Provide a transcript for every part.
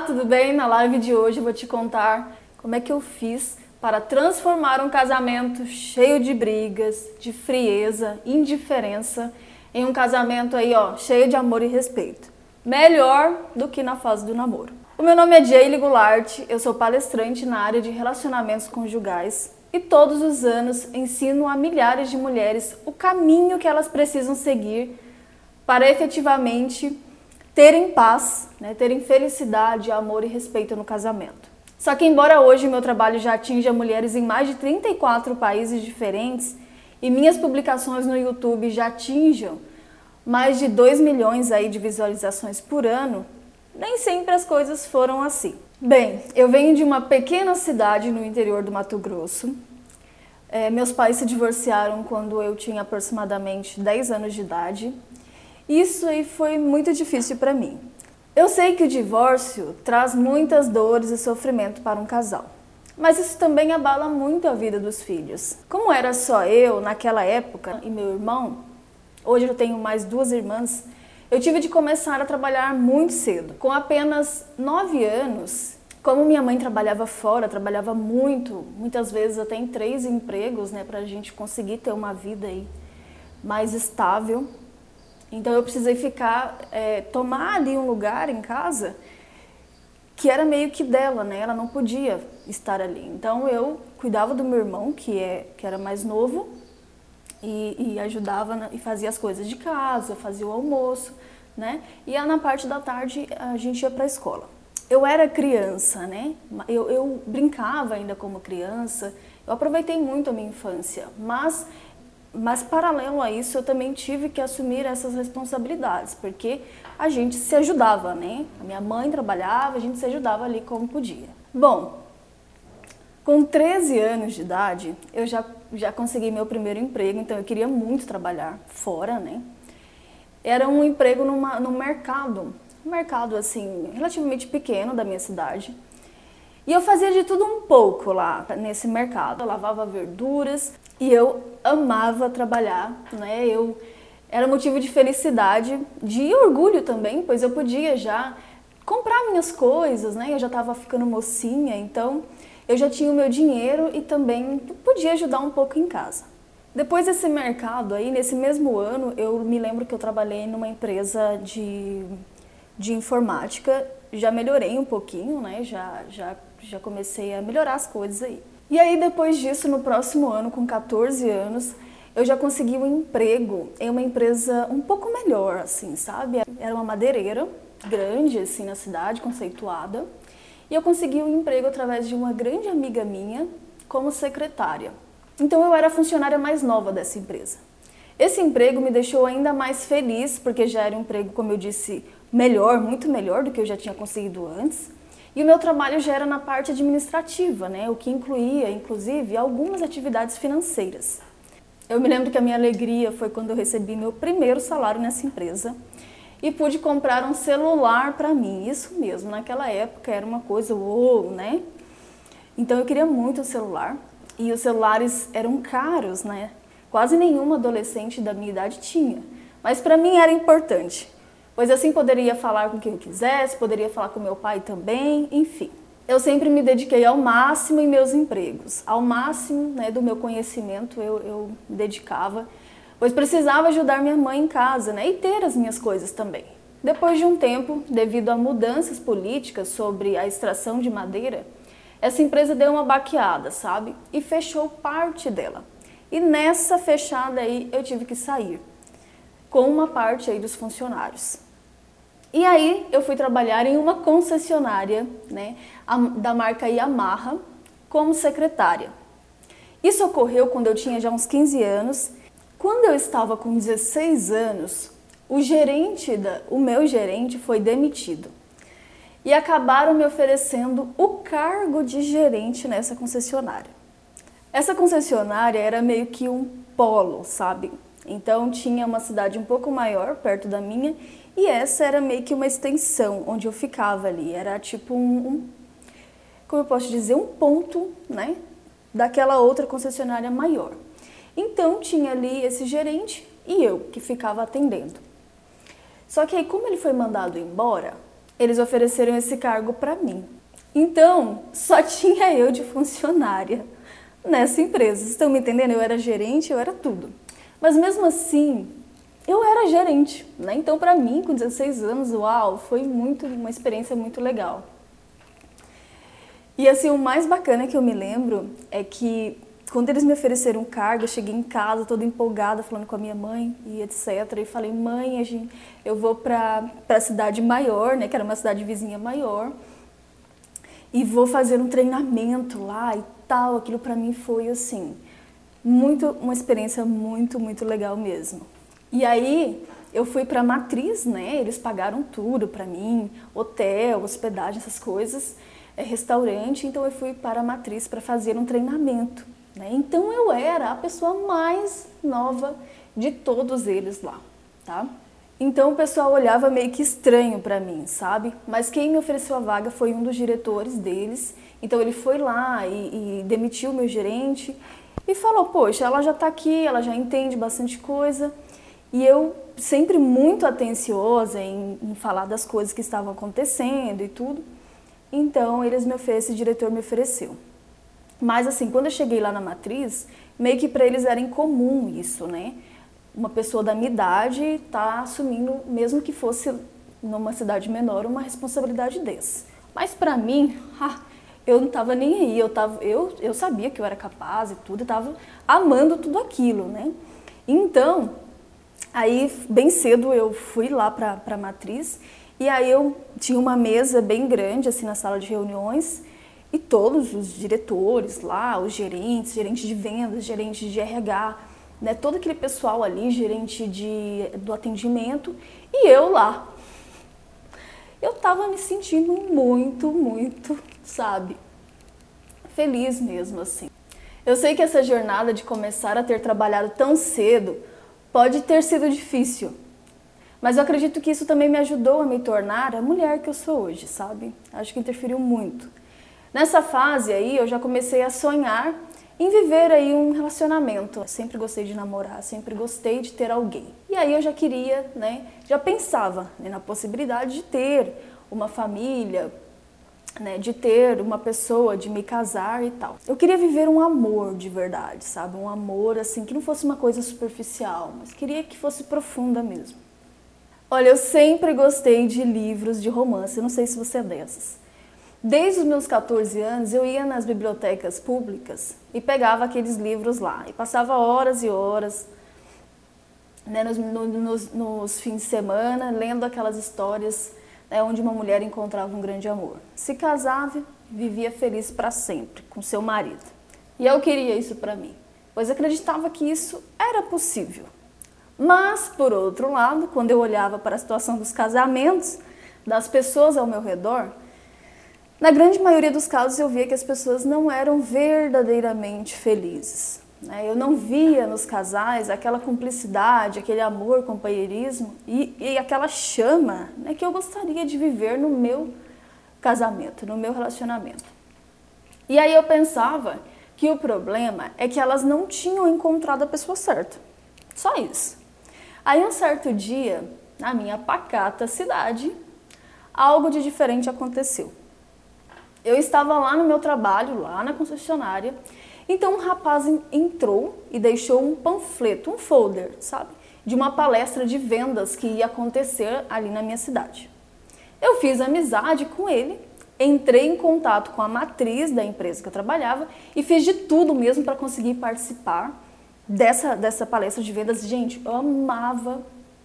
tudo bem? Na live de hoje eu vou te contar como é que eu fiz para transformar um casamento cheio de brigas, de frieza, indiferença, em um casamento aí, ó, cheio de amor e respeito. Melhor do que na fase do namoro. O meu nome é Jaylee Goulart, eu sou palestrante na área de relacionamentos conjugais e todos os anos ensino a milhares de mulheres o caminho que elas precisam seguir para efetivamente terem paz, terem felicidade, amor e respeito no casamento. Só que embora hoje meu trabalho já atinja mulheres em mais de 34 países diferentes e minhas publicações no YouTube já atinjam mais de 2 milhões aí de visualizações por ano, nem sempre as coisas foram assim. Bem, eu venho de uma pequena cidade no interior do Mato Grosso. Meus pais se divorciaram quando eu tinha aproximadamente 10 anos de idade. Isso aí foi muito difícil para mim. Eu sei que o divórcio traz muitas dores e sofrimento para um casal, mas isso também abala muito a vida dos filhos. Como era só eu naquela época e meu irmão, hoje eu tenho mais 2 irmãs, eu tive de começar a trabalhar muito cedo. Com apenas 9 anos, como minha mãe trabalhava fora, trabalhava muito, muitas vezes até em 3 empregos, para a gente conseguir ter uma vida aí mais estável. Então eu precisei tomar ali um lugar em casa que era meio que dela, ela não podia estar ali. Então eu cuidava do meu irmão, que era mais novo, e ajudava e fazia as coisas de casa, fazia o almoço, E na parte da tarde a gente ia para a escola. Eu era criança, eu brincava ainda como criança, eu aproveitei muito a minha infância, mas paralelo a isso eu também tive que assumir essas responsabilidades, porque a gente se ajudava, A minha mãe trabalhava, a gente se ajudava ali como podia. Bom, com 13 anos de idade eu já consegui meu primeiro emprego, então eu queria muito trabalhar fora, Era um emprego no mercado, um mercado assim, relativamente pequeno da minha cidade. E eu fazia de tudo um pouco lá nesse mercado. Eu lavava verduras e eu amava trabalhar, Era motivo de felicidade, de orgulho também, pois eu podia já comprar minhas coisas, Eu já estava ficando mocinha, então eu já tinha o meu dinheiro e também podia ajudar um pouco em casa. Depois desse mercado aí, nesse mesmo ano, eu me lembro que eu trabalhei numa empresa de informática. Já melhorei um pouquinho, Já comecei a melhorar as coisas aí. E aí depois disso, no próximo ano, com 14 anos, eu já consegui um emprego em uma empresa um pouco melhor, assim, sabe? Era uma madeireira grande, assim, na cidade, conceituada. E eu consegui um emprego através de uma grande amiga minha como secretária. Então eu era a funcionária mais nova dessa empresa. Esse emprego me deixou ainda mais feliz, porque já era um emprego, como eu disse, melhor, muito melhor do que eu já tinha conseguido antes. E o meu trabalho já era na parte administrativa, O que incluía, inclusive, algumas atividades financeiras. Eu me lembro que a minha alegria foi quando eu recebi meu primeiro salário nessa empresa e pude comprar um celular para mim. Isso mesmo, naquela época era uma coisa uou, Então eu queria muito um celular e os celulares eram caros, Quase nenhuma adolescente da minha idade tinha, mas para mim era importante. Pois assim poderia falar com quem eu quisesse, poderia falar com meu pai também, enfim. Eu sempre me dediquei ao máximo em meus empregos, ao máximo do meu conhecimento eu me dedicava, pois precisava ajudar minha mãe em casa e ter as minhas coisas também. Depois de um tempo, devido a mudanças políticas sobre a extração de madeira, essa empresa deu uma baqueada, sabe? E fechou parte dela. E nessa fechada aí eu tive que sair com uma parte aí dos funcionários. E aí eu fui trabalhar em uma concessionária, da marca Yamaha, como secretária. Isso ocorreu quando eu tinha já uns 15 anos. Quando eu estava com 16 anos, o meu gerente foi demitido. E acabaram me oferecendo o cargo de gerente nessa concessionária. Essa concessionária era meio que um polo, sabe? Então tinha uma cidade um pouco maior, perto da minha, e essa era meio que uma extensão, onde eu ficava ali. Era tipo como eu posso dizer, um ponto, daquela outra concessionária maior. Então tinha ali esse gerente e eu, que ficava atendendo. Só que aí, como ele foi mandado embora, eles ofereceram esse cargo para mim. Então, só tinha eu de funcionária nessa empresa. Vocês estão me entendendo? Eu era gerente, eu era tudo. Mas mesmo assim, eu era gerente, né? Então, para mim, com 16 anos, uau, foi uma experiência muito legal. E assim, o mais bacana que eu me lembro é que quando eles me ofereceram um cargo, eu cheguei em casa toda empolgada, falando com a minha mãe e etc. E falei, mãe, eu vou para a cidade maior, né? Que era uma cidade vizinha maior. E vou fazer um treinamento lá e tal. Aquilo para mim foi assim, uma experiência muito legal mesmo. E aí eu fui para a Matriz, né? Eles pagaram tudo para mim, hotel, hospedagem, essas coisas, restaurante. Então eu fui para a Matriz para fazer um treinamento, né? Então eu era a pessoa mais nova de todos eles lá, tá? Então o pessoal olhava meio que estranho para mim, sabe? Mas quem me ofereceu a vaga foi um dos diretores deles. Então ele foi lá e demitiu o meu gerente e falou, poxa, ela já está aqui, ela já entende bastante coisa. E eu sempre muito atenciosa em falar das coisas que estavam acontecendo e tudo. Então esse diretor me ofereceu. Mas assim, quando eu cheguei lá na Matriz, meio que para eles era incomum isso, né? Uma pessoa da minha idade tá assumindo, mesmo que fosse numa cidade menor, uma responsabilidade dessa. Mas para mim, eu não tava nem aí, eu sabia que eu era capaz e tudo, eu tava amando tudo aquilo, né? Então, aí bem cedo eu fui lá para a Matriz e aí eu tinha uma mesa bem grande assim na sala de reuniões e todos os diretores lá, os gerentes de vendas, gerentes de RH, né, todo aquele pessoal ali, gerente do atendimento, e eu lá. Eu tava me sentindo muito, sabe, feliz mesmo, assim. Eu sei que essa jornada de começar a ter trabalhado tão cedo pode ter sido difícil, mas eu acredito que isso também me ajudou a me tornar a mulher que eu sou hoje, sabe? Acho que interferiu muito. Nessa fase aí, eu já comecei a sonhar em viver aí um relacionamento. Eu sempre gostei de namorar, sempre gostei de ter alguém. E aí eu já queria, né, já pensava, né, na possibilidade de ter uma família, né, de ter uma pessoa, de me casar e tal. Eu queria viver um amor de verdade, sabe? Um amor assim, que não fosse uma coisa superficial, mas queria que fosse profunda mesmo. Olha, eu sempre gostei de livros de romance, eu não sei se você é dessas. Desde os meus 14 anos, eu ia nas bibliotecas públicas e pegava aqueles livros lá. E passava horas e horas, né, nos fins de semana, lendo aquelas histórias, né, onde uma mulher encontrava um grande amor. Se casava, vivia feliz para sempre com seu marido. E eu queria isso para mim, pois acreditava que isso era possível. Mas, por outro lado, quando eu olhava para a situação dos casamentos, das pessoas ao meu redor, na grande maioria dos casos eu via que as pessoas não eram verdadeiramente felizes, né? Eu não via nos casais aquela cumplicidade, aquele amor, companheirismo e aquela chama, né, que eu gostaria de viver no meu casamento, no meu relacionamento. E aí eu pensava que o problema é que elas não tinham encontrado a pessoa certa, só isso. Aí um certo dia, na minha pacata cidade, algo de diferente aconteceu. Eu estava lá no meu trabalho, lá na concessionária, então um rapaz entrou e deixou um panfleto, um folder, sabe? De uma palestra de vendas que ia acontecer ali na minha cidade. Eu fiz amizade com ele, entrei em contato com a matriz da empresa que eu trabalhava e fiz de tudo mesmo para conseguir participar dessa palestra de vendas. Gente, eu amava.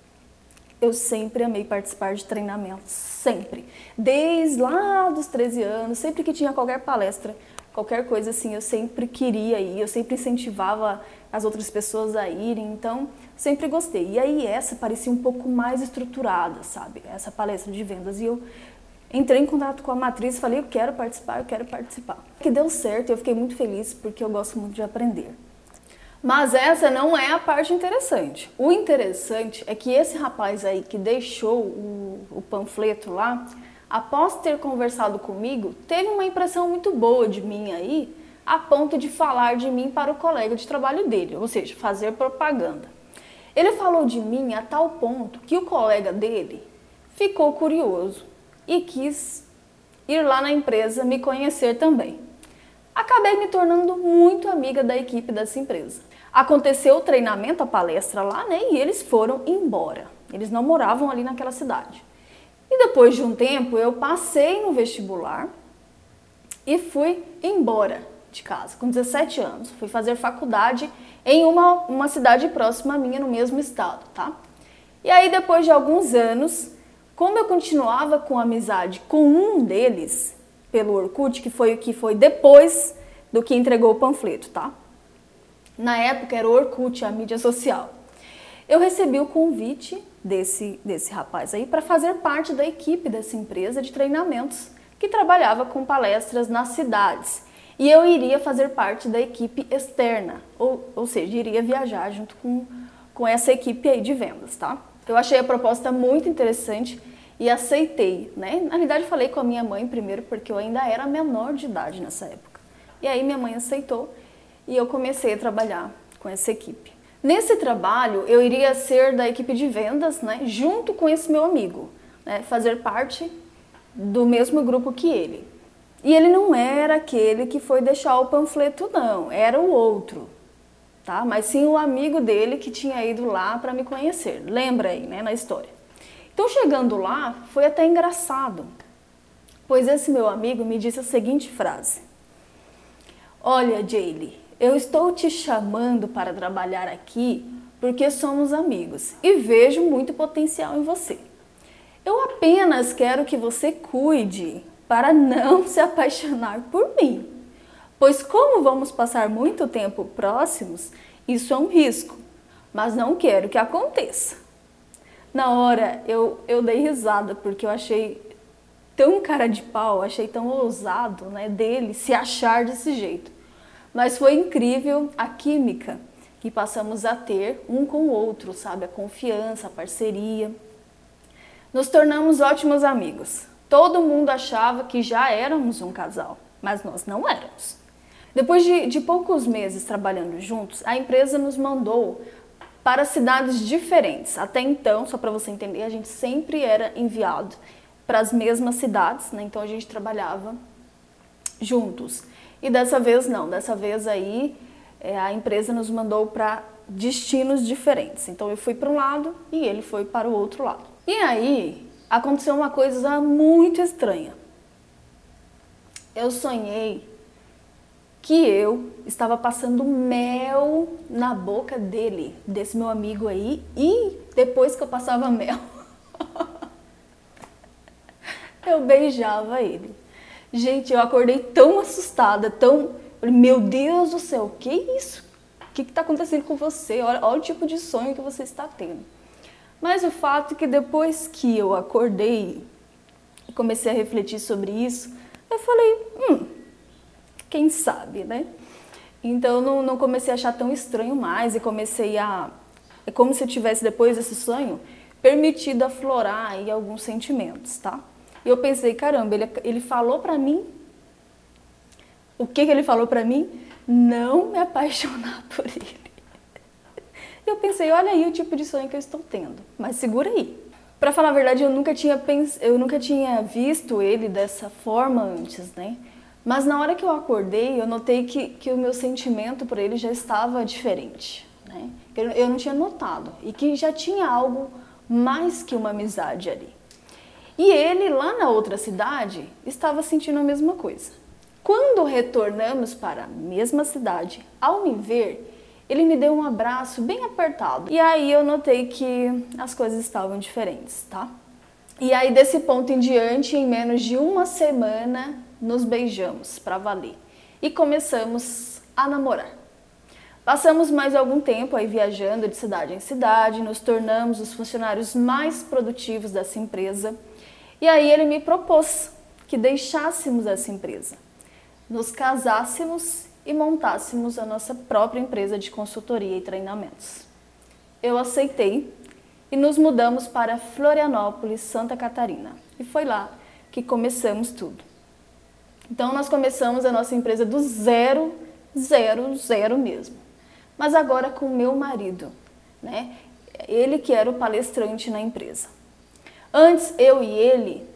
Eu sempre amei participar de treinamentos, sempre. Desde lá dos 13 anos, sempre que tinha qualquer palestra, qualquer coisa assim, eu sempre queria ir, eu sempre incentivava as outras pessoas a irem, então sempre gostei. E aí essa parecia um pouco mais estruturada, sabe? Essa palestra de vendas. E eu entrei em contato com a matriz e falei, eu quero participar. Que deu certo, eu fiquei muito feliz porque eu gosto muito de aprender. Mas essa não é a parte interessante. O interessante é que esse rapaz aí que deixou o panfleto lá, após ter conversado comigo, teve uma impressão muito boa de mim aí, a ponto de falar de mim para o colega de trabalho dele, ou seja, fazer propaganda. Ele falou de mim a tal ponto que o colega dele ficou curioso e quis ir lá na empresa me conhecer também. Acabei me tornando muito amiga da equipe dessa empresa. Aconteceu o treinamento, a palestra lá, né? E eles foram embora. Eles não moravam ali naquela cidade. E depois de um tempo, eu passei no vestibular e fui embora de casa, com 17 anos. Fui fazer faculdade em uma cidade próxima à minha, no mesmo estado, tá? E aí, depois de alguns anos, como eu continuava com amizade com um deles, pelo Orkut, que foi depois do que entregou o panfleto, tá? Na época era o Orkut, a mídia social. Eu recebi o convite desse rapaz aí para fazer parte da equipe dessa empresa de treinamentos que trabalhava com palestras nas cidades. E eu iria fazer parte da equipe externa, ou seja, iria viajar junto com essa equipe aí de vendas, tá? Eu achei a proposta muito interessante e aceitei, né? Na realidade, falei com a minha mãe primeiro, porque eu ainda era menor de idade nessa época. E aí minha mãe aceitou e eu comecei a trabalhar com essa equipe. Nesse trabalho, eu iria ser da equipe de vendas, né? Junto com esse meu amigo, né? Fazer parte do mesmo grupo que ele. E ele não era aquele que foi deixar o panfleto, não. Era o outro, tá? Mas sim o amigo dele que tinha ido lá para me conhecer. Lembra aí, né? Na história. Então, chegando lá, foi até engraçado, pois esse meu amigo me disse a seguinte frase: olha, Jaylee, eu estou te chamando para trabalhar aqui porque somos amigos e vejo muito potencial em você. Eu apenas quero que você cuide para não se apaixonar por mim, pois como vamos passar muito tempo próximos, isso é um risco, mas não quero que aconteça. Na hora eu dei risada, porque eu achei tão cara de pau, achei tão ousado, né, dele se achar desse jeito. Mas foi incrível a química que passamos a ter um com o outro, sabe? A confiança, a parceria. Nos tornamos ótimos amigos. Todo mundo achava que já éramos um casal, mas nós não éramos. Depois de poucos meses trabalhando juntos, a empresa nos mandou para cidades diferentes. Até então, só para você entender, a gente sempre era enviado para as mesmas cidades, né? Então a gente trabalhava juntos. E dessa vez não, dessa vez aí a empresa nos mandou para destinos diferentes. Então eu fui para um lado e ele foi para o outro lado. E aí aconteceu uma coisa muito estranha. Eu sonhei que eu estava passando mel na boca dele, desse meu amigo aí, e depois que eu passava mel, eu beijava ele. Gente, eu acordei tão assustada, meu Deus do céu, que isso? O que está acontecendo com você? Olha o tipo de sonho que você está tendo. Mas o fato é que depois que eu acordei e comecei a refletir sobre isso, eu falei, quem sabe, né? Então não comecei a achar tão estranho mais e comecei a... É como se eu tivesse, depois desse sonho, permitido aflorar aí alguns sentimentos, tá? E eu pensei, caramba, ele falou pra mim... O que ele falou pra mim? Não me apaixonar por ele. Eu pensei, olha aí o tipo de sonho que eu estou tendo, mas segura aí. Pra falar a verdade, eu nunca tinha visto ele dessa forma antes, né? Mas na hora que eu acordei, eu notei que o meu sentimento por ele já estava diferente, né? Eu não tinha notado e que já tinha algo mais que uma amizade ali. E ele, lá na outra cidade, estava sentindo a mesma coisa. Quando retornamos para a mesma cidade, ao me ver, ele me deu um abraço bem apertado. E aí eu notei que as coisas estavam diferentes, tá? E aí desse ponto em diante, em menos de uma semana, nos beijamos para valer e começamos a namorar. Passamos mais algum tempo aí viajando de cidade em cidade, nos tornamos os funcionários mais produtivos dessa empresa. E aí ele me propôs que deixássemos essa empresa, nos casássemos e montássemos a nossa própria empresa de consultoria e treinamentos. Eu aceitei e nos mudamos para Florianópolis, Santa Catarina. E foi lá que começamos tudo. Então nós começamos a nossa empresa do zero mesmo. Mas agora com o meu marido, né? Ele que era o palestrante na empresa. Antes, eu e ele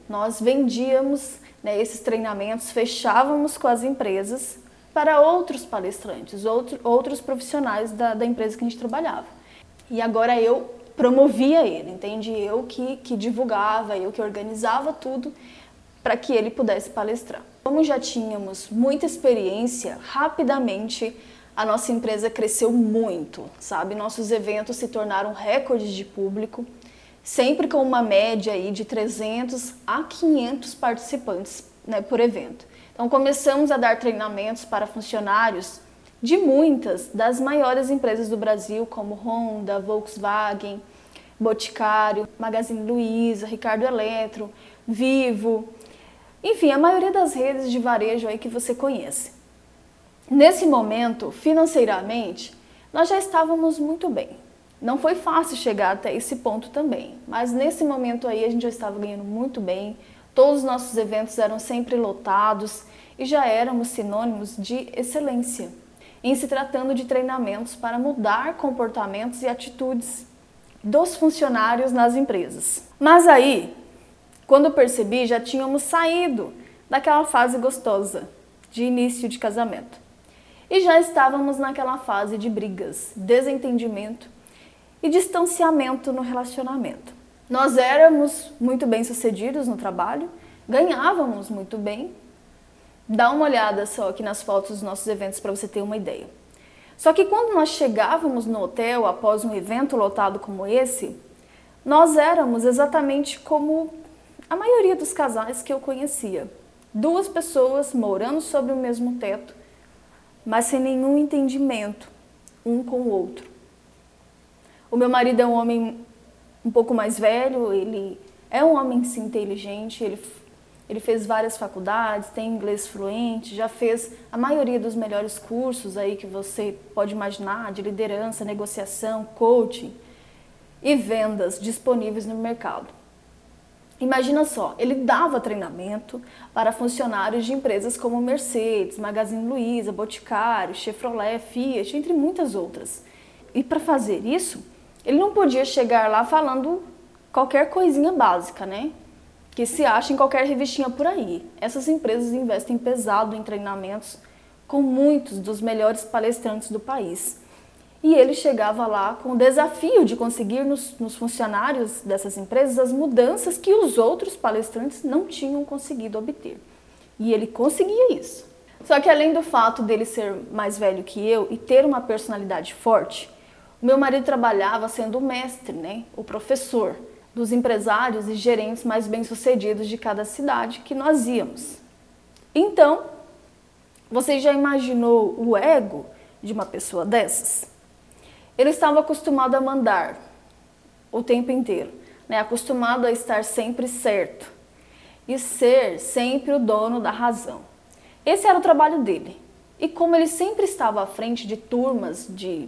nós vendíamos, né, esses treinamentos, fechávamos com as empresas para outros palestrantes, outros profissionais da empresa que a gente trabalhava. E agora eu promovia ele, entende? Eu que divulgava, eu que organizava tudo para que ele pudesse palestrar. Como já tínhamos muita experiência, rapidamente a nossa empresa cresceu muito, sabe? Nossos eventos se tornaram recordes de público, sempre com uma média aí de 300 a 500 participantes, né, por evento. Então começamos a dar treinamentos para funcionários de muitas das maiores empresas do Brasil, como Honda, Volkswagen, Boticário, Magazine Luiza, Ricardo Eletro, Vivo, enfim, a maioria das redes de varejo aí que você conhece. Nesse momento, financeiramente, nós já estávamos muito bem. Não foi fácil chegar até esse ponto também, mas nesse momento aí a gente já estava ganhando muito bem, todos os nossos eventos eram sempre lotados e já éramos sinônimos de excelência, em se tratando de treinamentos para mudar comportamentos e atitudes dos funcionários nas empresas. Mas aí, quando eu percebi, já tínhamos saído daquela fase gostosa de início de casamento e já estávamos naquela fase de brigas, desentendimento e distanciamento no relacionamento. Nós éramos muito bem-sucedidos no trabalho, ganhávamos muito bem. Dá uma olhada só aqui nas fotos dos nossos eventos para você ter uma ideia. Só que quando nós chegávamos no hotel após um evento lotado como esse, nós éramos exatamente como a maioria dos casais que eu conhecia. Duas pessoas morando sob o mesmo teto, mas sem nenhum entendimento um com o outro. O meu marido é um homem um pouco mais velho, ele é um homem sim, inteligente, ele fez várias faculdades, tem inglês fluente, já fez a maioria dos melhores cursos aí que você pode imaginar, de liderança, negociação, coaching e vendas disponíveis no mercado. Imagina só, ele dava treinamento para funcionários de empresas como Mercedes, Magazine Luiza, Boticário, Chevrolet, Fiat, entre muitas outras. E para fazer isso, ele não podia chegar lá falando qualquer coisinha básica, né? Que se acha em qualquer revistinha por aí. Essas empresas investem pesado em treinamentos com muitos dos melhores palestrantes do país. E ele chegava lá com o desafio de conseguir nos funcionários dessas empresas as mudanças que os outros palestrantes não tinham conseguido obter. E ele conseguia isso. Só que além do fato dele ser mais velho que eu e ter uma personalidade forte, o meu marido trabalhava sendo o mestre, né? O professor dos empresários e gerentes mais bem-sucedidos de cada cidade que nós íamos. Então, você já imaginou o ego de uma pessoa dessas? Ele estava acostumado a mandar o tempo inteiro, né? Acostumado a estar sempre certo e ser sempre o dono da razão. Esse era o trabalho dele. E como ele sempre estava à frente de turmas de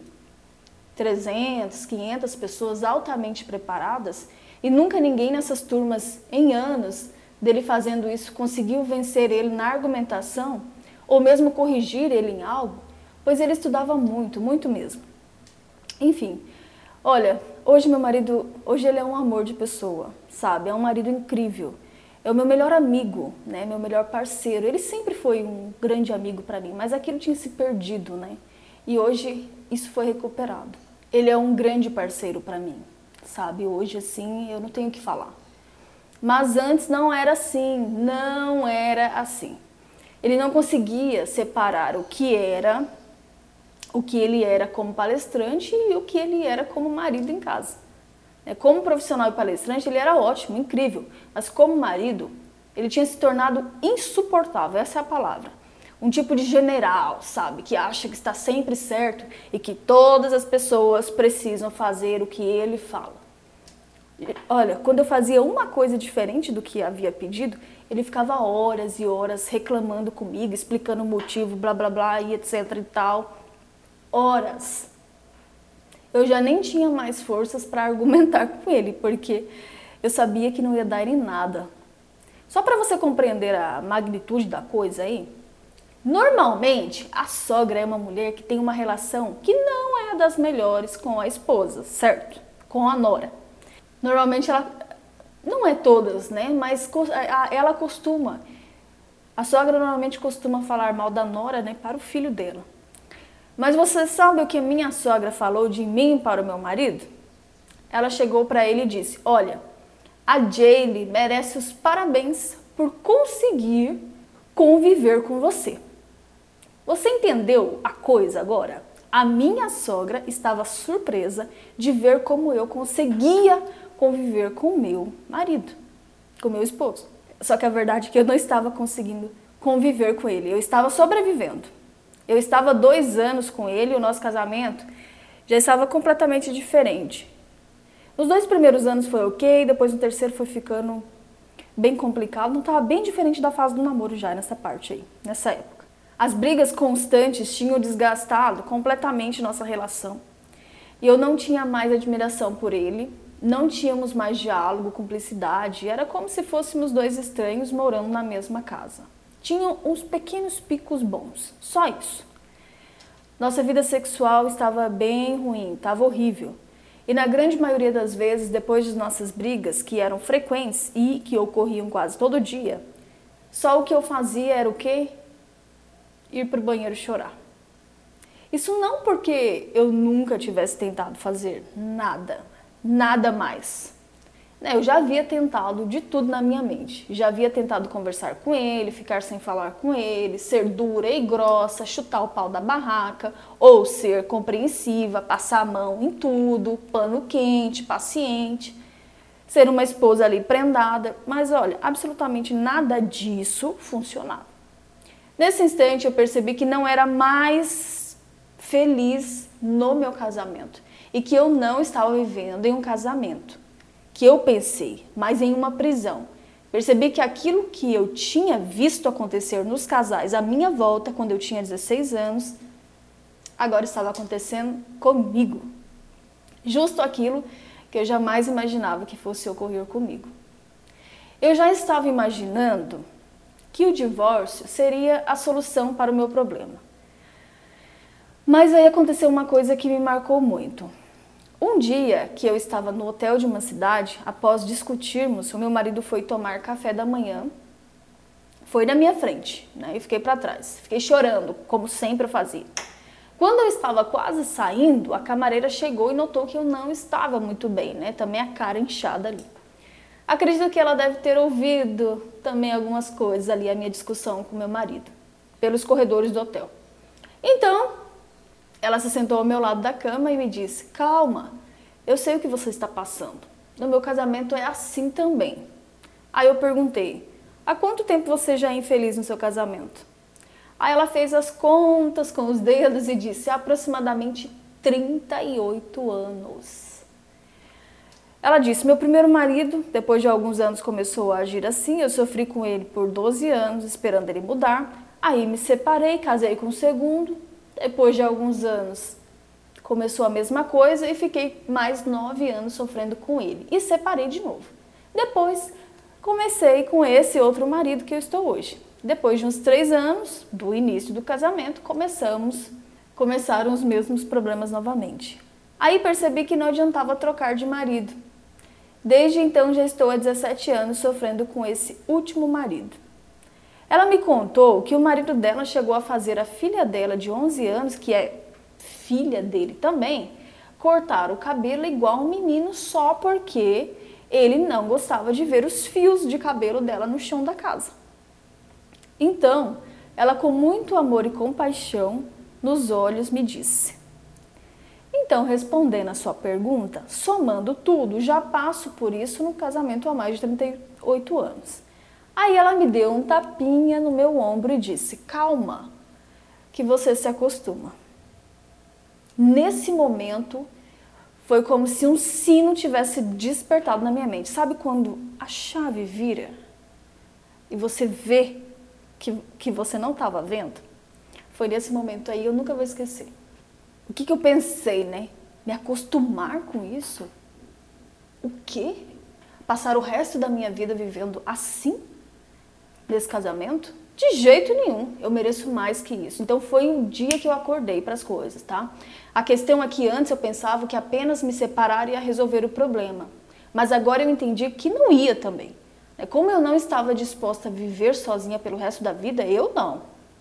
300, 500 pessoas altamente preparadas, e nunca ninguém nessas turmas, em anos dele fazendo isso, conseguiu vencer ele na argumentação, ou mesmo corrigir ele em algo, pois ele estudava muito, muito mesmo. Enfim, olha, hoje meu marido, hoje ele é um amor de pessoa, sabe? É um marido incrível. É o meu melhor amigo, né? Meu melhor parceiro. Ele sempre foi um grande amigo para mim, mas aquilo tinha se perdido, né? E hoje isso foi recuperado. Ele é um grande parceiro para mim, sabe? Hoje, assim, eu não tenho o que falar. Mas antes não era assim, não era assim. Ele não conseguia separar o que ele era como palestrante e o que ele era como marido em casa. Como profissional e palestrante, ele era ótimo, incrível, mas como marido, ele tinha se tornado insuportável, essa é a palavra. Um tipo de general, sabe, que acha que está sempre certo e que todas as pessoas precisam fazer o que ele fala. Olha, quando eu fazia uma coisa diferente do que havia pedido, ele ficava horas e horas reclamando comigo, explicando o motivo, blá blá blá e etc e tal. Horas. Eu já nem tinha mais forças para argumentar com ele, porque eu sabia que não ia dar em nada. Só para você compreender a magnitude da coisa aí, normalmente a sogra é uma mulher que tem uma relação que não é das melhores com a esposa, certo? Com a nora. Normalmente ela Não é todas, né? Mas ela costuma. A sogra normalmente costuma falar mal da nora, né, para o filho dela. Mas você sabe o que a minha sogra falou de mim para o meu marido? Ela chegou para ele e disse: olha, a Jaylee merece os parabéns por conseguir conviver com você. Você entendeu a coisa agora? A minha sogra estava surpresa de ver como eu conseguia conviver com o meu marido, com o meu esposo. Só que a verdade é que eu não estava conseguindo conviver com ele, eu estava sobrevivendo. Eu estava 2 anos com ele e o nosso casamento já estava completamente diferente. Nos 2 primeiros anos foi ok, depois no terceiro foi ficando bem complicado, não estava bem diferente da fase do namoro já nessa parte aí, nessa época. As brigas constantes tinham desgastado completamente nossa relação. E eu não tinha mais admiração por ele, não tínhamos mais diálogo, cumplicidade, era como se fôssemos 2 estranhos morando na mesma casa. Tinham uns pequenos picos bons, só isso. Nossa vida sexual estava bem ruim, estava horrível. E na grande maioria das vezes, depois de nossas brigas, que eram frequentes e que ocorriam quase todo dia, só o que eu fazia era o quê? Ir para o banheiro chorar. Isso não porque eu nunca tivesse tentado fazer nada mais. Eu já havia tentado de tudo na minha mente. Já havia tentado conversar com ele, ficar sem falar com ele, ser dura e grossa, chutar o pau da barraca, ou ser compreensiva, passar a mão em tudo, pano quente, paciente, ser uma esposa ali prendada. Mas olha, absolutamente nada disso funcionava. Nesse instante eu percebi que não era mais feliz no meu casamento e que eu não estava vivendo em um casamento que eu pensei, mas em uma prisão. Percebi que aquilo que eu tinha visto acontecer nos casais à minha volta quando eu tinha 16 anos, agora estava acontecendo comigo. Justo aquilo que eu jamais imaginava que fosse ocorrer comigo. Eu já estava imaginando que o divórcio seria a solução para o meu problema. Mas aí aconteceu uma coisa que me marcou muito. Um dia que eu estava no hotel de uma cidade, após discutirmos, o meu marido foi tomar café da manhã, foi na minha frente, né? E fiquei para trás, fiquei chorando, como sempre eu fazia. Quando eu estava quase saindo, a camareira chegou e notou que eu não estava muito bem, né? Também a cara inchada ali. Acredito que ela deve ter ouvido também algumas coisas ali, a minha discussão com meu marido, pelos corredores do hotel. Então, ela se sentou ao meu lado da cama e me disse: calma, eu sei o que você está passando. No meu casamento é assim também. Aí eu perguntei: há quanto tempo você já é infeliz no seu casamento? Aí ela fez as contas com os dedos e disse: aproximadamente 38 anos. Ela disse: meu primeiro marido, depois de alguns anos, começou a agir assim. Eu sofri com ele por 12 anos, esperando ele mudar. Aí me separei, casei com o segundo. Depois de alguns anos, começou a mesma coisa e fiquei mais 9 anos sofrendo com ele. E separei de novo. Depois, comecei com esse outro marido que eu estou hoje. Depois de uns 3 anos do início do casamento, começaram os mesmos problemas novamente. Aí percebi que não adiantava trocar de marido. Desde então, já estou há 17 anos sofrendo com esse último marido. Ela me contou que o marido dela chegou a fazer a filha dela de 11 anos, que é filha dele também, cortar o cabelo igual um menino só porque ele não gostava de ver os fios de cabelo dela no chão da casa. Então, ela com muito amor e compaixão nos olhos me disse: então, respondendo a sua pergunta, somando tudo, já passo por isso no casamento há mais de 38 anos. Aí ela me deu um tapinha no meu ombro e disse: calma, que você se acostuma. Nesse momento, foi como se um sino tivesse despertado na minha mente. Sabe quando a chave vira e você vê que você não estava vendo? Foi nesse momento aí, eu nunca vou esquecer. O que eu pensei, né? Me acostumar com isso? O quê? Passar o resto da minha vida vivendo assim? Nesse casamento? De jeito nenhum, eu mereço mais que isso. Então foi um dia que eu acordei para as coisas, tá? A questão é que antes eu pensava que apenas me separar ia resolver o problema. Mas agora eu entendi que não ia também. Como eu não estava disposta a viver sozinha pelo resto da vida, eu não.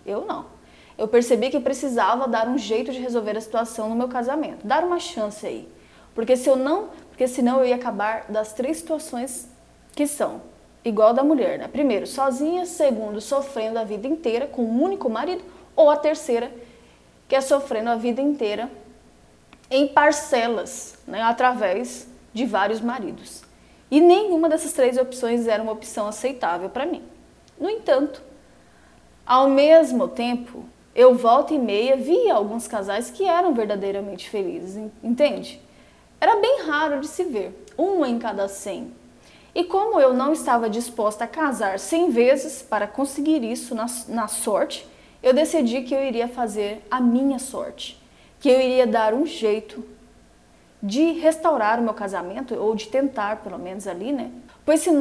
Eu percebi que precisava dar um jeito de resolver a situação no meu casamento, dar uma chance aí. Porque senão eu ia acabar das 3 situações que são igual da mulher, né? Primeiro, sozinha, segundo, sofrendo a vida inteira com um único marido, ou a terceira, que é sofrendo a vida inteira em parcelas, né? Através de vários maridos. E nenhuma dessas 3 opções era uma opção aceitável para mim. No entanto, ao mesmo tempo, eu volta e meia via alguns casais que eram verdadeiramente felizes, entende? Era bem raro de se ver, 1 em cada 100. E como eu não estava disposta a casar 100 vezes para conseguir isso na sorte, eu decidi que eu iria fazer a minha sorte, que eu iria dar um jeito de restaurar o meu casamento, ou de tentar pelo menos ali, né? Pois se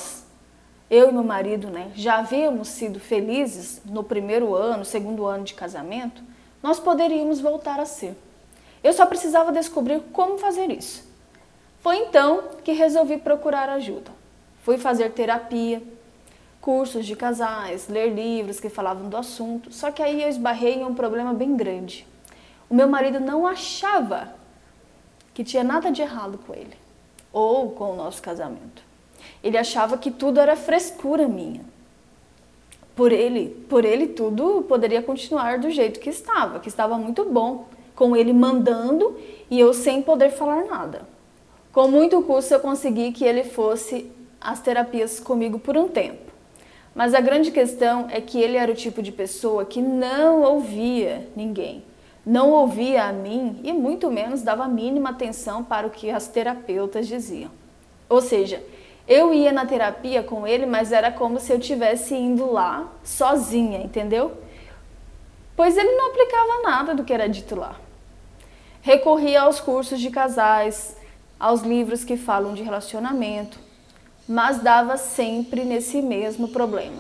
eu e meu marido, né, já havíamos sido felizes no primeiro ano, segundo ano de casamento, nós poderíamos voltar a ser. Eu só precisava descobrir como fazer isso. Foi então que resolvi procurar ajuda. Fui fazer terapia, cursos de casais, ler livros que falavam do assunto, só que aí eu esbarrei em um problema bem grande. O meu marido não achava que tinha nada de errado com ele, ou com o nosso casamento. Ele achava que tudo era frescura minha. Por ele tudo poderia continuar do jeito que estava muito bom, com ele mandando e eu sem poder falar nada. Com muito custo eu consegui que ele fosse às terapias comigo por um tempo. Mas a grande questão é que ele era o tipo de pessoa que não ouvia ninguém, não ouvia a mim e muito menos dava a mínima atenção para o que as terapeutas diziam. Ou seja, eu ia na terapia com ele, mas era como se eu estivesse indo lá sozinha, entendeu? Pois ele não aplicava nada do que era dito lá. Recorria aos cursos de casais, aos livros que falam de relacionamento, mas dava sempre nesse mesmo problema.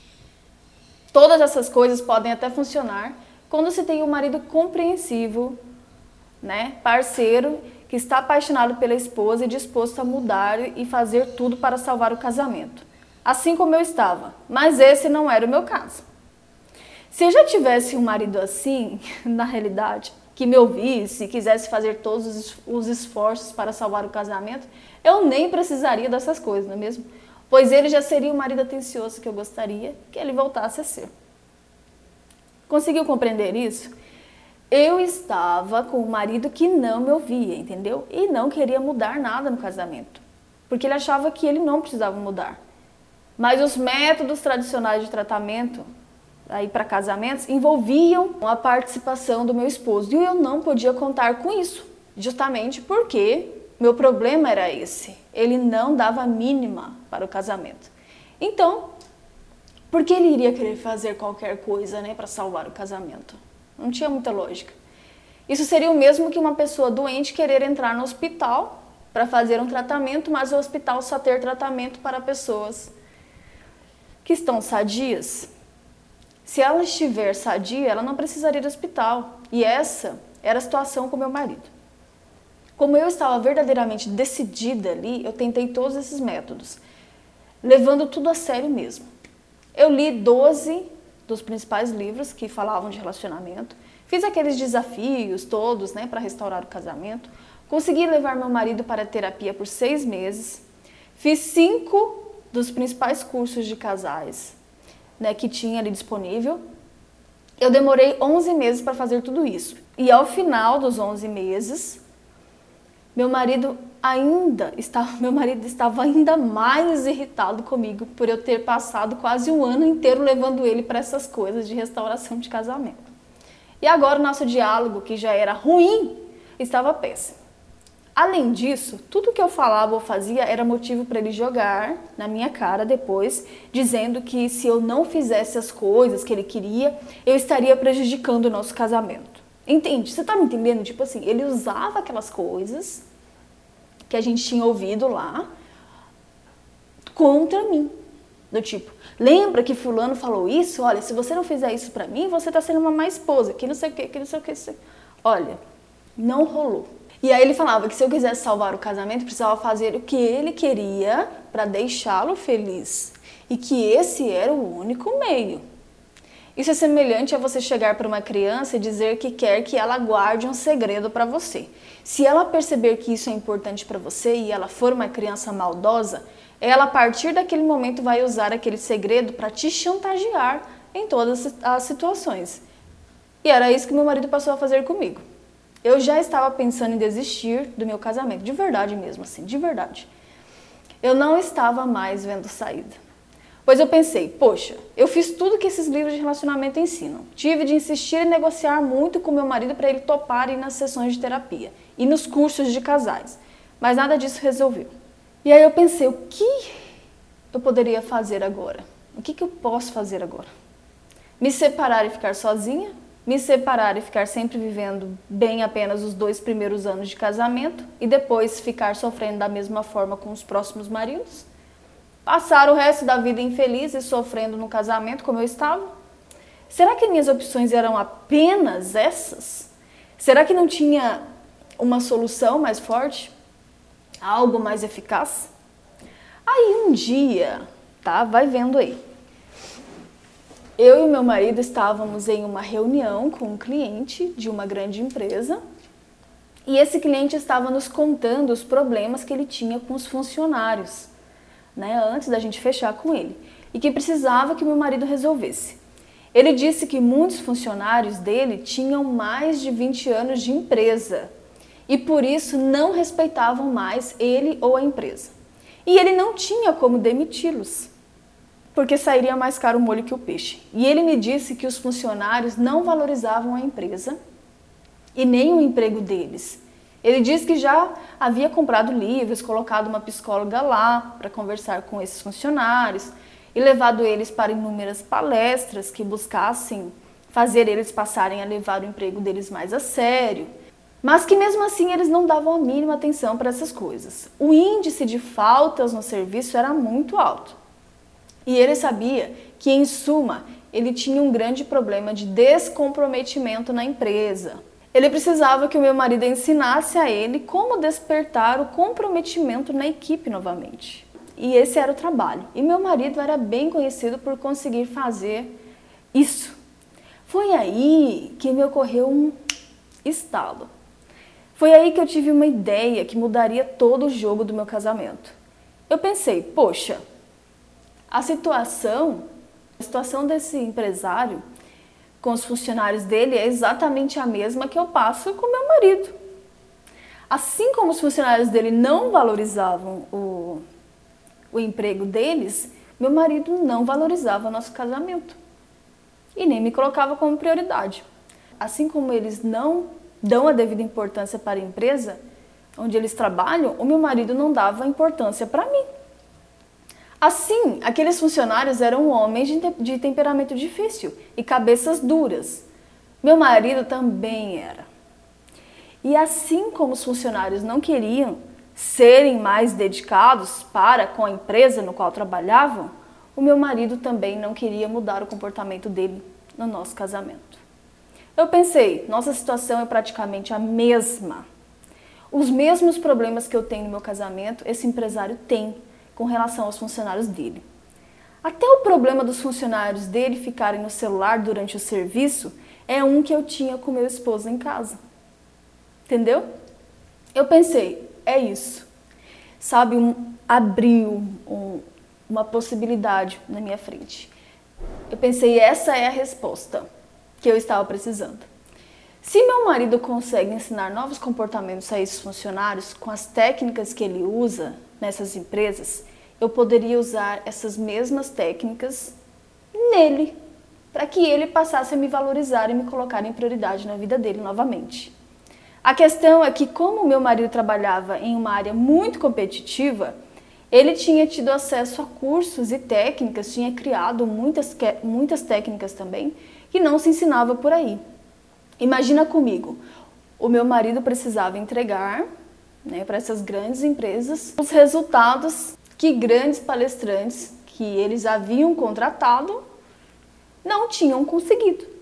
Todas essas coisas podem até funcionar quando você tem um marido compreensivo, né, parceiro, que está apaixonado pela esposa e disposto a mudar e fazer tudo para salvar o casamento. Assim como eu estava, mas esse não era o meu caso. Se eu já tivesse um marido assim, na realidade, que me ouvisse e quisesse fazer todos os esforços para salvar o casamento, eu nem precisaria dessas coisas, não é mesmo? Pois ele já seria o marido atencioso que eu gostaria que ele voltasse a ser. Conseguiu compreender isso? Eu estava com um marido que não me ouvia, entendeu? E não queria mudar nada no casamento, porque ele achava que ele não precisava mudar. Mas os métodos tradicionais de tratamento aí para casamentos envolviam a participação do meu esposo e eu não podia contar com isso, justamente porque meu problema era esse. Ele não dava a mínima para o casamento. Então, por que ele iria querer fazer qualquer coisa, né, para salvar o casamento? Não tinha muita lógica. Isso seria o mesmo que uma pessoa doente querer entrar no hospital para fazer um tratamento, mas o hospital só ter tratamento para pessoas que estão sadias. Se ela estiver sadia, ela não precisaria do hospital. E essa era a situação com meu marido. Como eu estava verdadeiramente decidida ali, eu tentei todos esses métodos, levando tudo a sério mesmo. Eu li 12 dos principais livros que falavam de relacionamento, fiz aqueles desafios todos, né, para restaurar o casamento, consegui levar meu marido para a terapia por 6 meses, fiz 5 dos principais cursos de casais, né, que tinha ali disponível. Eu demorei 11 meses para fazer tudo isso. E ao final dos 11 meses, meu marido estava ainda mais irritado comigo por eu ter passado quase um ano inteiro levando ele para essas coisas de restauração de casamento. E agora o nosso diálogo, que já era ruim, estava péssimo. Além disso, tudo que eu falava ou fazia era motivo para ele jogar na minha cara depois, dizendo que se eu não fizesse as coisas que ele queria, eu estaria prejudicando o nosso casamento. Entende? Você tá me entendendo? Tipo assim, ele usava aquelas coisas que a gente tinha ouvido lá contra mim. Do tipo, lembra que fulano falou isso? Olha, se você não fizer isso pra mim, você tá sendo uma má esposa, que não sei o que, que não sei o que. Olha, não rolou. E aí ele falava que se eu quisesse salvar o casamento, precisava fazer o que ele queria para deixá-lo feliz. E que esse era o único meio. Isso é semelhante a você chegar para uma criança e dizer que quer que ela guarde um segredo para você. Se ela perceber que isso é importante para você e ela for uma criança maldosa, ela a partir daquele momento vai usar aquele segredo para te chantagear em todas as situações. E era isso que meu marido passou a fazer comigo. Eu já estava pensando em desistir do meu casamento, de verdade mesmo, assim, de verdade. Eu não estava mais vendo saída. Pois eu pensei, poxa, eu fiz tudo que esses livros de relacionamento ensinam. Tive de insistir e negociar muito com meu marido para ele topar ir nas sessões de terapia e nos cursos de casais. Mas nada disso resolveu. E aí eu pensei, o que eu poderia fazer agora? O que eu posso fazer agora? Me separar e ficar sozinha? Me separar e ficar sempre vivendo bem apenas os 2 primeiros anos de casamento e depois ficar sofrendo da mesma forma com os próximos maridos? Passar o resto da vida infeliz e sofrendo no casamento como eu estava? Será que minhas opções eram apenas essas? Será que não tinha uma solução mais forte? Algo mais eficaz? Aí um dia, tá? Vai vendo aí. Eu e o meu marido estávamos em uma reunião com um cliente de uma grande empresa e esse cliente estava nos contando os problemas que ele tinha com os funcionários, né, antes da gente fechar com ele, e que precisava que meu marido resolvesse. Ele disse que muitos funcionários dele tinham mais de 20 anos de empresa e por isso não respeitavam mais ele ou a empresa. E ele não tinha como demiti-los, porque sairia mais caro o molho que o peixe. E ele me disse que os funcionários não valorizavam a empresa e nem o emprego deles. Ele disse que já havia comprado livros, colocado uma psicóloga lá para conversar com esses funcionários e levado eles para inúmeras palestras que buscassem fazer eles passarem a levar o emprego deles mais a sério, mas que mesmo assim eles não davam a mínima atenção para essas coisas. O índice de faltas no serviço era muito alto. E ele sabia que, em suma, ele tinha um grande problema de descomprometimento na empresa. Ele precisava que o meu marido ensinasse a ele como despertar o comprometimento na equipe novamente. E esse era o trabalho. E meu marido era bem conhecido por conseguir fazer isso. Foi aí que me ocorreu um estalo. Foi aí que eu tive uma ideia que mudaria todo o jogo do meu casamento. Eu pensei, poxa, a situação desse empresário com os funcionários dele é exatamente a mesma que eu passo com meu marido. Assim como os funcionários dele não valorizavam o emprego deles, meu marido não valorizava nosso casamento e nem me colocava como prioridade. Assim como eles não dão a devida importância para a empresa onde eles trabalham, o meu marido não dava importância para mim. Assim, aqueles funcionários eram homens de temperamento difícil e cabeças duras. Meu marido também era. E assim como os funcionários não queriam serem mais dedicados para com a empresa no qual trabalhavam, o meu marido também não queria mudar o comportamento dele no nosso casamento. Eu pensei, nossa situação é praticamente a mesma. Os mesmos problemas que eu tenho no meu casamento, esse empresário tem com relação aos funcionários dele. Até o problema dos funcionários dele ficarem no celular durante o serviço é um que eu tinha com meu esposo em casa. Entendeu? Eu pensei, é isso. Sabe, abriu uma possibilidade na minha frente. Eu pensei, essa é a resposta que eu estava precisando. Se meu marido consegue ensinar novos comportamentos a esses funcionários com as técnicas que ele usa nessas empresas, eu poderia usar essas mesmas técnicas nele, para que ele passasse a me valorizar e me colocar em prioridade na vida dele novamente. A questão é que, como meu marido trabalhava em uma área muito competitiva, ele tinha tido acesso a cursos e técnicas, tinha criado muitas técnicas também, que não se ensinava por aí. Imagina comigo, o meu marido precisava entregar, para essas grandes empresas os resultados que grandes palestrantes que eles haviam contratado não tinham conseguido.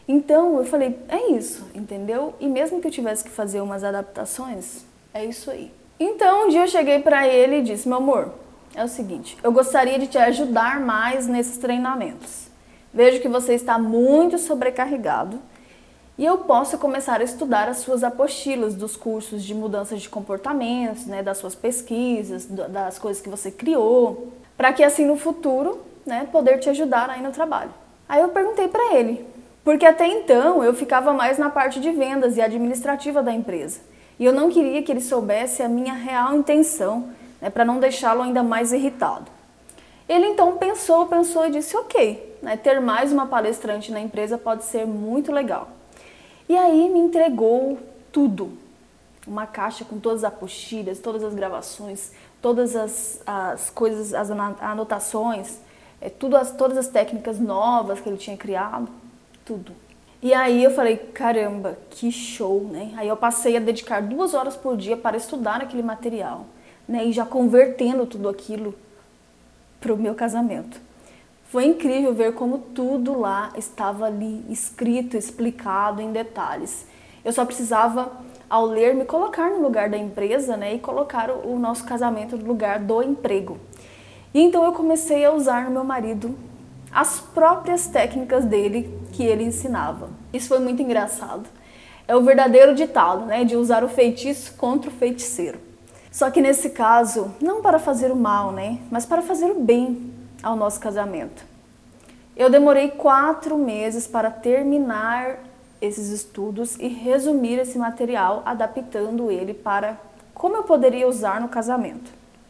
Então eu falei, é isso, entendeu? E mesmo que eu tivesse que fazer umas adaptações, é isso aí. Então um dia eu cheguei para ele e disse, meu amor, é o seguinte, eu gostaria de te ajudar mais nesses treinamentos. Vejo que você está muito sobrecarregado e eu posso começar a estudar as suas apostilas dos cursos de mudanças de comportamentos, né, das suas pesquisas, das coisas que você criou, para que assim no futuro, né, poder te ajudar aí no trabalho. Aí eu perguntei para ele, porque até então eu ficava mais na parte de vendas e administrativa da empresa. E eu não queria que ele soubesse a minha real intenção, né, para não deixá-lo ainda mais irritado. Ele então pensou e disse, ok, né, ter mais uma palestrante na empresa pode ser muito legal. E aí me entregou tudo, uma caixa com todas as apostilas, todas as gravações, todas as coisas, as anotações, todas as técnicas novas que ele tinha criado, tudo. E aí eu falei, caramba, que show, né? Aí eu passei a dedicar 2 horas por dia para estudar aquele material, né? E já convertendo tudo aquilo para o meu casamento. Foi incrível ver como tudo lá estava ali escrito, explicado em detalhes. Eu só precisava, ao ler, me colocar no lugar da empresa, né, e colocar o nosso casamento no lugar do emprego. E então eu comecei a usar no meu marido as próprias técnicas dele que ele ensinava. Isso foi muito engraçado. É o verdadeiro ditado, né, de usar o feitiço contra o feiticeiro. Só que nesse caso, não para fazer o mal, né, mas para fazer o bem ao nosso casamento. Eu demorei 4 meses para terminar esses estudos e resumir esse material, adaptando ele para como eu poderia usar no casamento.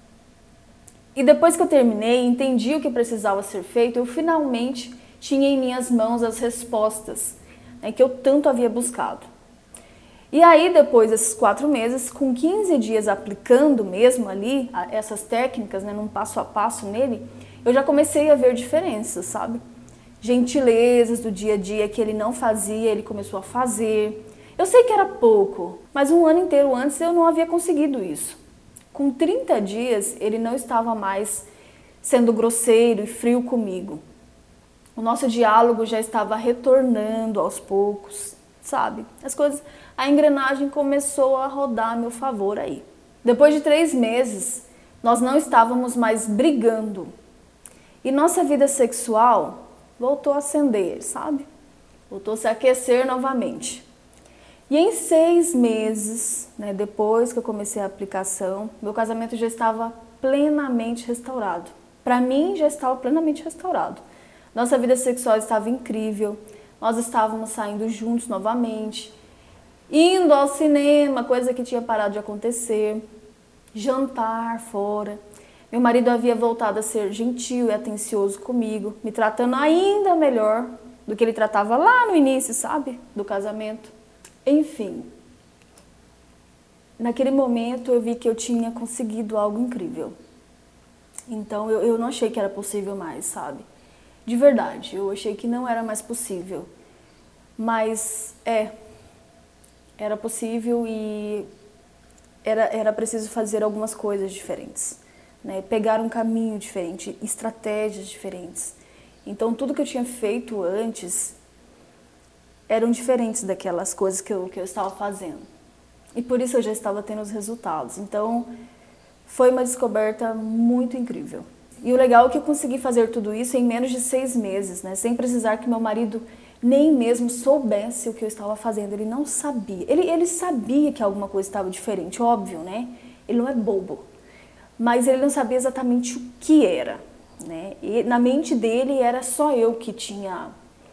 E depois que eu terminei, entendi o que precisava ser feito, eu finalmente tinha em minhas mãos as respostas, né, que eu tanto havia buscado. E aí, depois desses 4 meses, com 15 dias aplicando mesmo ali essas técnicas, né, num passo a passo nele, eu já comecei a ver diferenças, sabe? Gentilezas do dia a dia que ele não fazia, ele começou a fazer. Eu sei que era pouco, mas um ano inteiro antes eu não havia conseguido isso. Com 30 dias, ele não estava mais sendo grosseiro e frio comigo. O nosso diálogo já estava retornando aos poucos, sabe? A engrenagem começou a rodar a meu favor aí. Depois de 3 meses, nós não estávamos mais brigando. E nossa vida sexual voltou a acender, sabe? Voltou a se aquecer novamente. E em 6 meses, né, depois que eu comecei a aplicação, meu casamento já estava plenamente restaurado. Para mim, já estava plenamente restaurado. Nossa vida sexual estava incrível, nós estávamos saindo juntos novamente, indo ao cinema, coisa que tinha parado de acontecer, jantar fora. Meu marido havia voltado a ser gentil e atencioso comigo, me tratando ainda melhor do que ele tratava lá no início, sabe, do casamento. Enfim, naquele momento eu vi que eu tinha conseguido algo incrível. Então eu não achei que era possível mais, sabe? De verdade, eu achei que não era mais possível. Mas era possível e era preciso fazer algumas coisas diferentes, né? Pegar um caminho diferente, estratégias diferentes. Então tudo que eu tinha feito antes eram diferentes daquelas coisas que eu estava fazendo. E por isso eu já estava tendo os resultados. Então foi uma descoberta muito incrível. E o legal é que eu consegui fazer tudo isso em menos de 6 meses, né? Sem precisar que meu marido nem mesmo soubesse o que eu estava fazendo. Ele não sabia. Ele sabia que alguma coisa estava diferente, óbvio, né? Ele não é bobo. Mas ele não sabia exatamente o que era, né? E na mente dele era só eu que tinha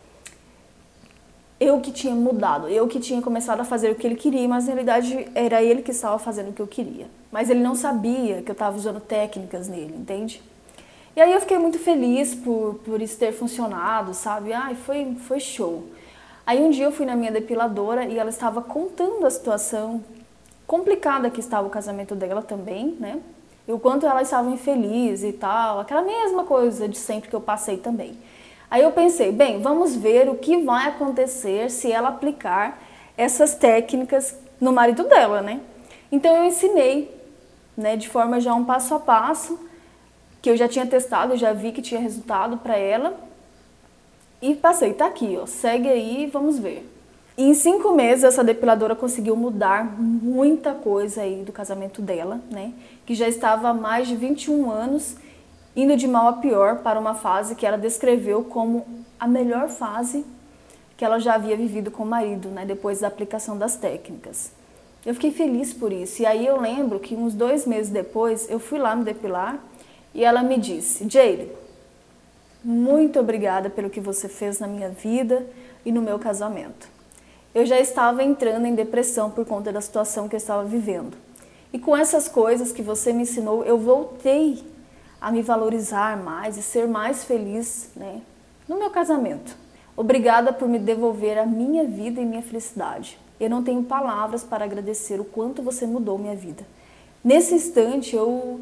mudado, eu que tinha começado a fazer o que ele queria, mas na realidade era ele que estava fazendo o que eu queria. Mas ele não sabia que eu estava usando técnicas nele, entende? E aí eu fiquei muito feliz por isso ter funcionado, sabe? Ai, foi show. Aí um dia eu fui na minha depiladora e ela estava contando a situação complicada que estava o casamento dela também, né? E o quanto ela estava infeliz e tal, aquela mesma coisa de sempre que eu passei também. Aí eu pensei, bem, vamos ver o que vai acontecer se ela aplicar essas técnicas no marido dela, né? Então eu ensinei, né, de forma já um passo a passo, que eu já tinha testado, eu já vi que tinha resultado para ela. E passei, tá aqui, ó, segue aí, vamos ver. E em 5 meses essa depiladora conseguiu mudar muita coisa aí do casamento dela, né? Que já estava há mais de 21 anos, indo de mal a pior para uma fase que ela descreveu como a melhor fase que ela já havia vivido com o marido, né? Depois da aplicação das técnicas. Eu fiquei feliz por isso. E aí eu lembro que uns 2 meses depois eu fui lá me depilar e ela me disse: Jaylee, muito obrigada pelo que você fez na minha vida e no meu casamento. Eu já estava entrando em depressão por conta da situação que eu estava vivendo. E com essas coisas que você me ensinou, eu voltei a me valorizar mais e ser mais feliz, né, no meu casamento. Obrigada por me devolver a minha vida e minha felicidade. Eu não tenho palavras para agradecer o quanto você mudou minha vida. Nesse instante, eu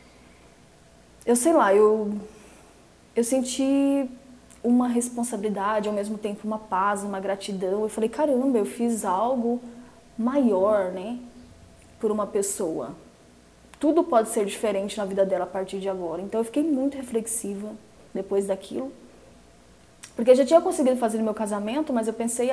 senti uma responsabilidade, ao mesmo tempo uma paz, uma gratidão. Eu falei, caramba, eu fiz algo maior, né, por uma pessoa. Tudo pode ser diferente na vida dela a partir de agora. Então eu fiquei muito reflexiva depois daquilo. Porque eu já tinha conseguido fazer no meu casamento, mas eu pensei,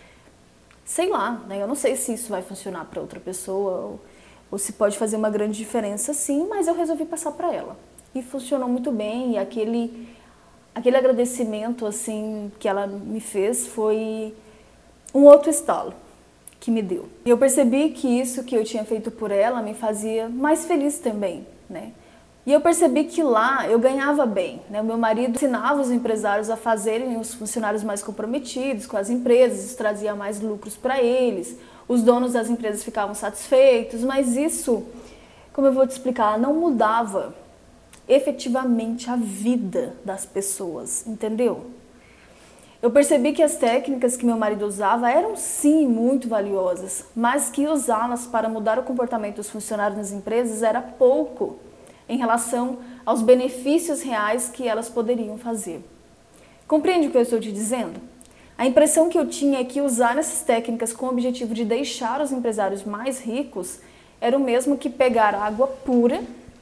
sei lá, né, eu não sei se isso vai funcionar para outra pessoa ou se pode fazer uma grande diferença, sim, mas eu resolvi passar para ela. E funcionou muito bem, e aquele agradecimento assim que ela me fez foi um outro estalo que me deu. E eu percebi que isso que eu tinha feito por ela me fazia mais feliz também, né? E eu percebi que lá eu ganhava bem, né? O meu marido ensinava os empresários a fazerem os funcionários mais comprometidos com as empresas, isso trazia mais lucros para eles, os donos das empresas ficavam satisfeitos, mas isso, como eu vou te explicar, não mudava efetivamente a vida das pessoas, entendeu? Eu percebi que as técnicas que meu marido usava eram sim muito valiosas, mas que usá-las para mudar o comportamento dos funcionários nas empresas era pouco em relação aos benefícios reais que elas poderiam fazer. Compreende o que eu estou te dizendo? A impressão que eu tinha é que usar essas técnicas com o objetivo de deixar os empresários mais ricos era o mesmo que pegar água pura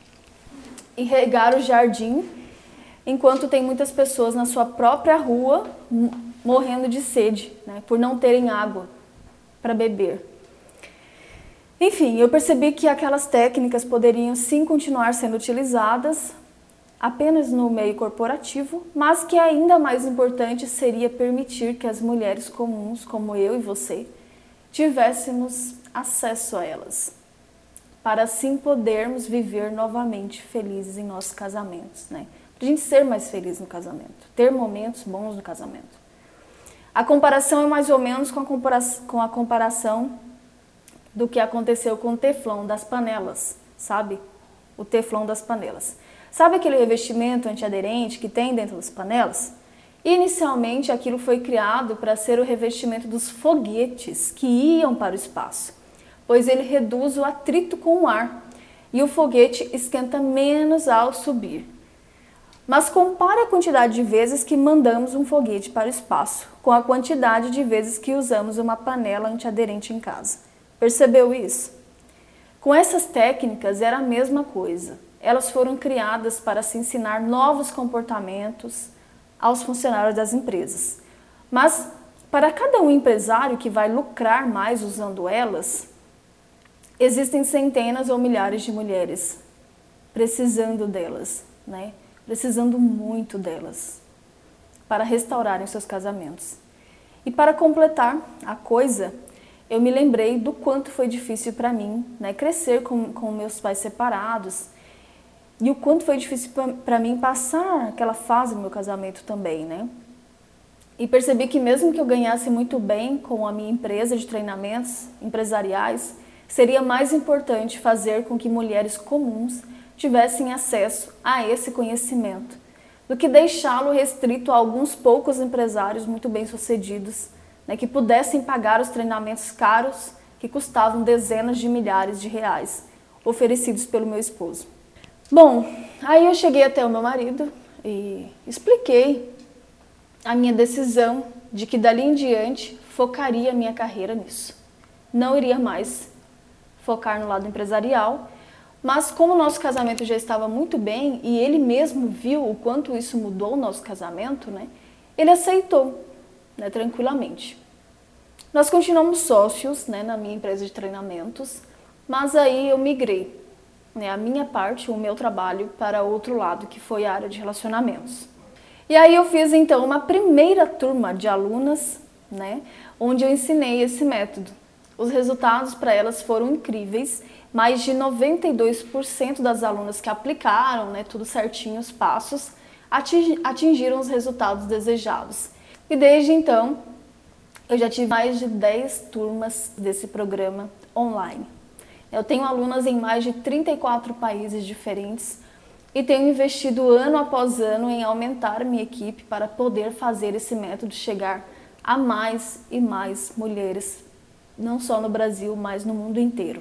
e regar o jardim, enquanto tem muitas pessoas na sua própria rua morrendo de sede, né, por não terem água para beber. Enfim, eu percebi que aquelas técnicas poderiam sim continuar sendo utilizadas apenas no meio corporativo, mas que ainda mais importante seria permitir que as mulheres comuns, como eu e você, tivéssemos acesso a elas, para assim podermos viver novamente felizes em nossos casamentos, né? Para a gente ser mais feliz no casamento, ter momentos bons no casamento. A comparação é mais ou menos com a comparação do que aconteceu com o teflon das panelas, sabe? O teflon das panelas. Sabe aquele revestimento antiaderente que tem dentro das panelas? Inicialmente aquilo foi criado para ser o revestimento dos foguetes que iam para o espaço, pois ele reduz o atrito com o ar e o foguete esquenta menos ao subir. Mas compare a quantidade de vezes que mandamos um foguete para o espaço com a quantidade de vezes que usamos uma panela antiaderente em casa. Percebeu isso? Com essas técnicas era a mesma coisa. Elas foram criadas para se ensinar novos comportamentos aos funcionários das empresas. Mas para cada empresário que vai lucrar mais usando elas, existem centenas ou milhares de mulheres precisando delas, né? Precisando muito delas para restaurarem seus casamentos. E para completar a coisa, eu me lembrei do quanto foi difícil para mim, né, crescer com meus pais separados e o quanto foi difícil para mim passar aquela fase no meu casamento também, né? E percebi que mesmo que eu ganhasse muito bem com a minha empresa de treinamentos empresariais, seria mais importante fazer com que mulheres comuns tivessem acesso a esse conhecimento, do que deixá-lo restrito a alguns poucos empresários muito bem-sucedidos, né, que pudessem pagar os treinamentos caros que custavam dezenas de milhares de reais, oferecidos pelo meu esposo. Bom, aí eu cheguei até o meu marido e expliquei a minha decisão de que dali em diante focaria a minha carreira nisso. Não iria mais focar no lado empresarial, mas como o nosso casamento já estava muito bem e ele mesmo viu o quanto isso mudou o nosso casamento, né? Ele aceitou, né, tranquilamente. Nós continuamos sócios, né, na minha empresa de treinamentos, mas aí eu migrei, né, a minha parte, o meu trabalho, para outro lado, que foi a área de relacionamentos. E aí eu fiz então uma primeira turma de alunas, né, onde eu ensinei esse método. Os resultados para elas foram incríveis, mais de 92% das alunas que aplicaram, né, tudo certinho, os passos, atingiram os resultados desejados. E desde então, eu já tive mais de 10 turmas desse programa online. Eu tenho alunas em mais de 34 países diferentes e tenho investido ano após ano em aumentar minha equipe para poder fazer esse método chegar a mais e mais mulheres, não só no Brasil, mas no mundo inteiro.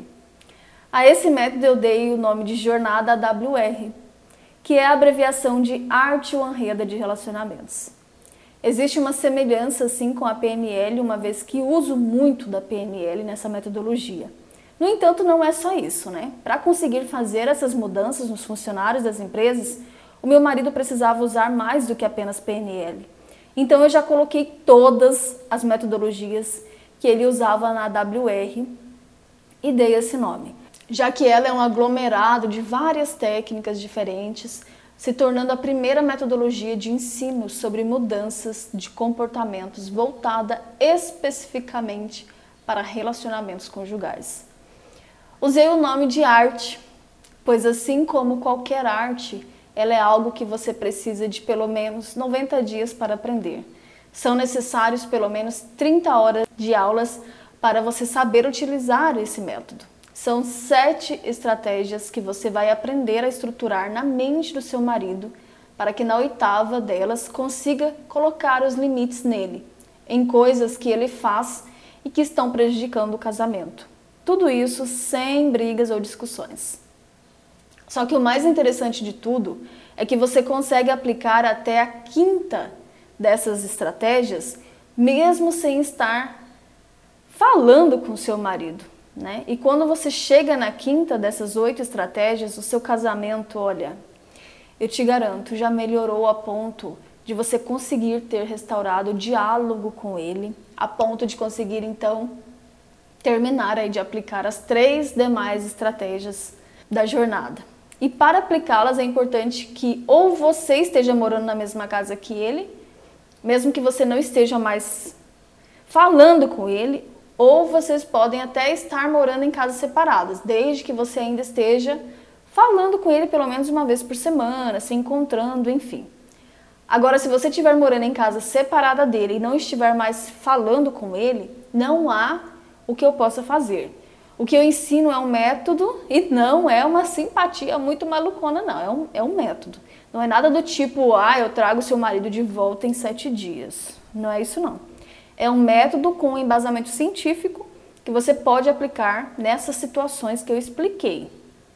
A esse método eu dei o nome de Jornada AWR, que é a abreviação de Arte Wanreda de Relacionamentos. Existe uma semelhança sim com a PNL, uma vez que uso muito da PNL nessa metodologia. No entanto, não é só isso, né? Para conseguir fazer essas mudanças nos funcionários das empresas, o meu marido precisava usar mais do que apenas PNL. Então eu já coloquei todas as metodologias que ele usava na AWR e dei esse nome, já que ela é um aglomerado de várias técnicas diferentes, se tornando a primeira metodologia de ensino sobre mudanças de comportamentos voltada especificamente para relacionamentos conjugais. Usei o nome de arte, pois assim como qualquer arte, ela é algo que você precisa de pelo menos 90 dias para aprender. São necessários pelo menos 30 horas de aulas para você saber utilizar esse método. São 7 estratégias que você vai aprender a estruturar na mente do seu marido para que na 8ª delas consiga colocar os limites nele, em coisas que ele faz e que estão prejudicando o casamento. Tudo isso sem brigas ou discussões. Só que o mais interessante de tudo é que você consegue aplicar até a 5ª dessas estratégias, mesmo sem estar falando com o seu marido, né? E quando você chega na 5ª dessas 8 estratégias, o seu casamento, olha, eu te garanto, já melhorou a ponto de você conseguir ter restaurado o diálogo com ele, a ponto de conseguir então terminar aí de aplicar as 3 demais estratégias da jornada. E para aplicá-las é importante que ou você esteja morando na mesma casa que ele, mesmo que você não esteja mais falando com ele, ou vocês podem até estar morando em casas separadas, desde que você ainda esteja falando com ele pelo menos uma vez por semana, se encontrando, enfim. Agora, se você estiver morando em casa separada dele e não estiver mais falando com ele, não há o que eu possa fazer. O que eu ensino é um método e não é uma simpatia muito malucona, não. É um método. Não é nada do tipo, eu trago seu marido de volta em 7 dias. Não é isso, não. É um método com embasamento científico que você pode aplicar nessas situações que eu expliquei.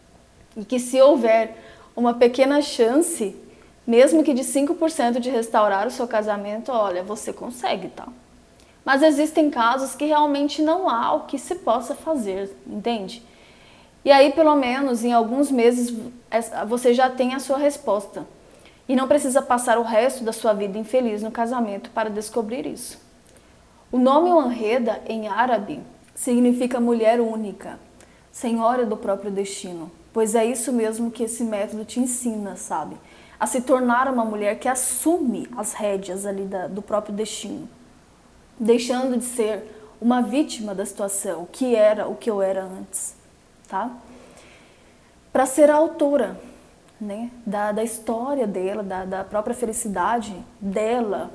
E que se houver uma pequena chance, mesmo que de 5% de restaurar o seu casamento, olha, você consegue, tá? Mas existem casos que realmente não há o que se possa fazer, entende? E aí, pelo menos, em alguns meses, você já tem a sua resposta. E não precisa passar o resto da sua vida infeliz no casamento para descobrir isso. O nome Wanreda, em árabe, significa mulher única, senhora do próprio destino. Pois é isso mesmo que esse método te ensina, sabe? A se tornar uma mulher que assume as rédeas ali do próprio destino. Deixando de ser uma vítima da situação, que era o que eu era antes, tá? Para ser a autora, né, da história dela, da própria felicidade dela,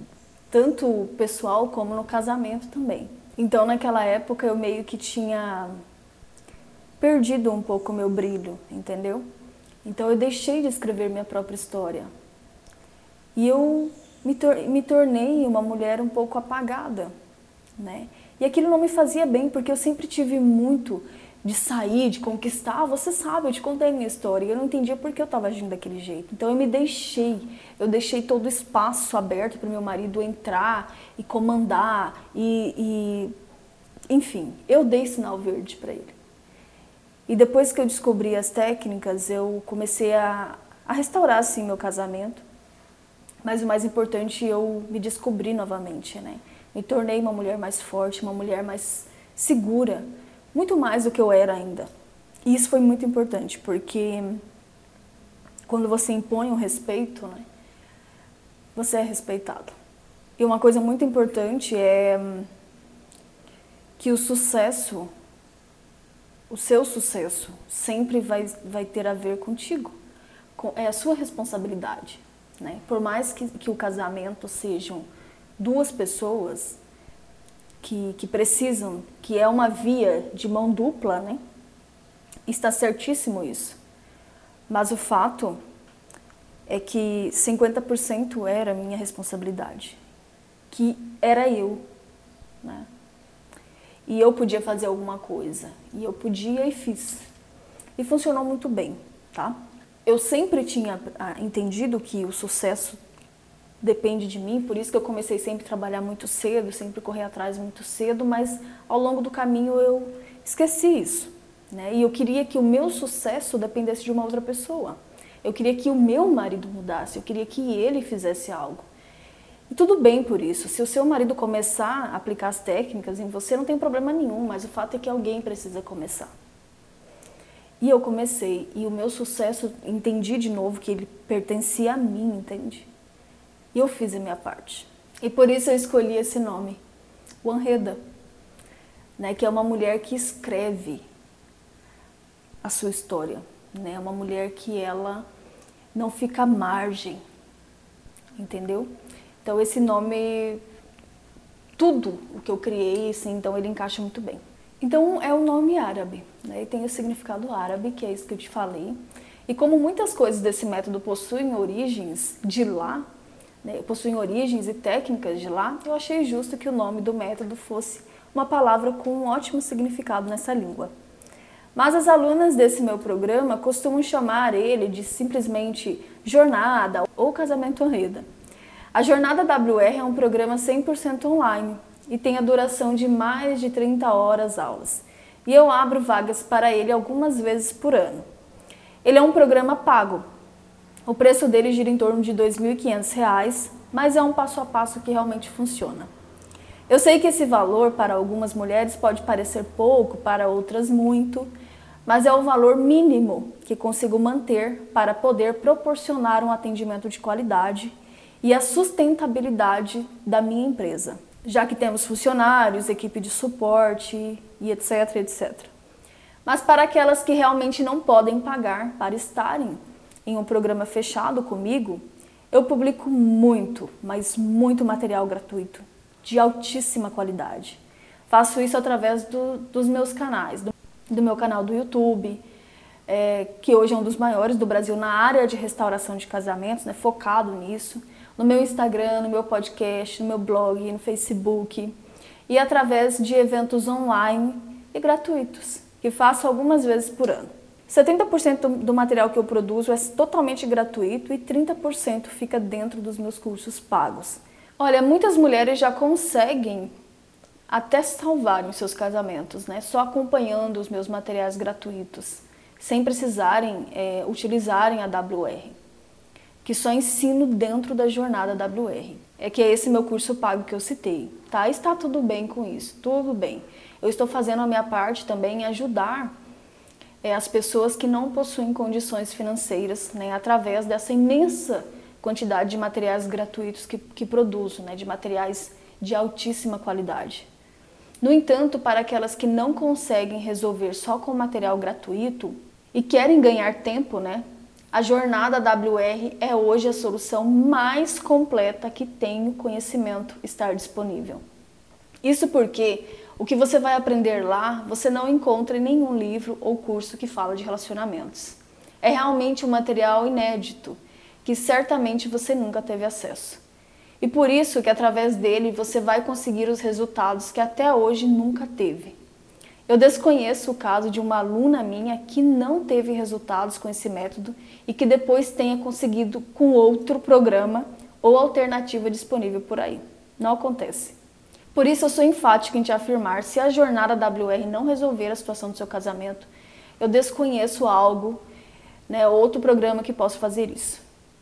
tanto pessoal como no casamento também. Então, naquela época, eu meio que tinha perdido um pouco o meu brilho, entendeu? Então, eu deixei de escrever minha própria história. E eu me tornei uma mulher um pouco apagada, né? E aquilo não me fazia bem, porque eu sempre tive muito de sair, de conquistar. Você sabe, eu te contei a minha história e eu não entendia por que eu estava agindo daquele jeito. Então eu deixei todo o espaço aberto para o meu marido entrar e comandar enfim, eu dei sinal verde para ele. E depois que eu descobri as técnicas, eu comecei a restaurar assim meu casamento. Mas o mais importante, eu me descobri novamente, né? Me tornei uma mulher mais forte, uma mulher mais segura, muito mais do que eu era ainda. E isso foi muito importante, porque quando você impõe o respeito, né, você é respeitado. E uma coisa muito importante é que o sucesso, o seu sucesso, sempre vai ter a ver contigo. É a sua responsabilidade, né? Por mais que o casamento sejam duas pessoas que precisam, que é uma via de mão dupla, né? Está certíssimo isso. Mas o fato é que 50% era minha responsabilidade, que era eu, né? E eu podia fazer alguma coisa, e eu podia e fiz. E funcionou muito bem, tá? Eu sempre tinha entendido que o sucesso depende de mim, por isso que eu comecei sempre a trabalhar muito cedo, sempre correr atrás muito cedo, mas ao longo do caminho eu esqueci isso, né? E eu queria que o meu sucesso dependesse de uma outra pessoa. Eu queria que o meu marido mudasse, eu queria que ele fizesse algo. E tudo bem por isso, se o seu marido começar a aplicar as técnicas em você, não tem problema nenhum, mas o fato é que alguém precisa começar. E eu comecei, e o meu sucesso, entendi de novo que ele pertencia a mim, entende? E eu fiz a minha parte. E por isso eu escolhi esse nome, Wanreda, né, que é uma mulher que escreve a sua história, né? Uma mulher que ela não fica à margem, entendeu? Então esse nome, tudo o que eu criei, assim, então ele encaixa muito bem. Então é um nome árabe, né? E tem o significado árabe, que é isso que eu te falei. E como muitas coisas desse método possuem origens de lá, né, possuem origens e técnicas de lá, eu achei justo que o nome do método fosse uma palavra com um ótimo significado nessa língua. Mas as alunas desse meu programa costumam chamar ele de simplesmente jornada ou casamento Wanreda. A Jornada WR é um programa 100% online e tem a duração de mais de 30 horas aulas. E eu abro vagas para ele algumas vezes por ano. Ele é um programa pago. O preço dele gira em torno de R$ 2.500, mas é um passo a passo que realmente funciona. Eu sei que esse valor para algumas mulheres pode parecer pouco, para outras muito, mas é o valor mínimo que consigo manter para poder proporcionar um atendimento de qualidade e a sustentabilidade da minha empresa, já que temos funcionários, equipe de suporte e etc, etc. Mas para aquelas que realmente não podem pagar para estarem em um programa fechado comigo, eu publico muito, mas muito material gratuito, de altíssima qualidade. Faço isso através dos meus canais, do meu canal do YouTube, que hoje é um dos maiores do Brasil na área de restauração de casamentos, né, focado nisso, no meu Instagram, no meu podcast, no meu blog, no Facebook, e através de eventos online e gratuitos, que faço algumas vezes por ano. 70% do material que eu produzo é totalmente gratuito e 30% fica dentro dos meus cursos pagos. Olha, muitas mulheres já conseguem até salvarem seus casamentos, né? Só acompanhando os meus materiais gratuitos, sem precisarem utilizarem a WR, que só ensino dentro da jornada WR. É que é esse meu curso pago que eu citei, tá? Está tudo bem com isso, tudo bem. Eu estou fazendo a minha parte também em ajudar as pessoas que não possuem condições financeiras, né? Através dessa imensa quantidade de materiais gratuitos que produzo, né? De materiais de altíssima qualidade. No entanto, para aquelas que não conseguem resolver só com material gratuito e querem ganhar tempo, né? A jornada WR é hoje a solução mais completa que tem o conhecimento estar disponível. Isso porque o que você vai aprender lá, você não encontra em nenhum livro ou curso que fala de relacionamentos. É realmente um material inédito, que certamente você nunca teve acesso. E por isso que através dele você vai conseguir os resultados que até hoje nunca teve. Eu desconheço o caso de uma aluna minha que não teve resultados com esse método e que depois tenha conseguido com outro programa ou alternativa disponível por aí. Não acontece. Por isso eu sou enfática em te afirmar, se a jornada WR não resolver a situação do seu casamento, eu desconheço algo, né, outro programa que possa fazer isso.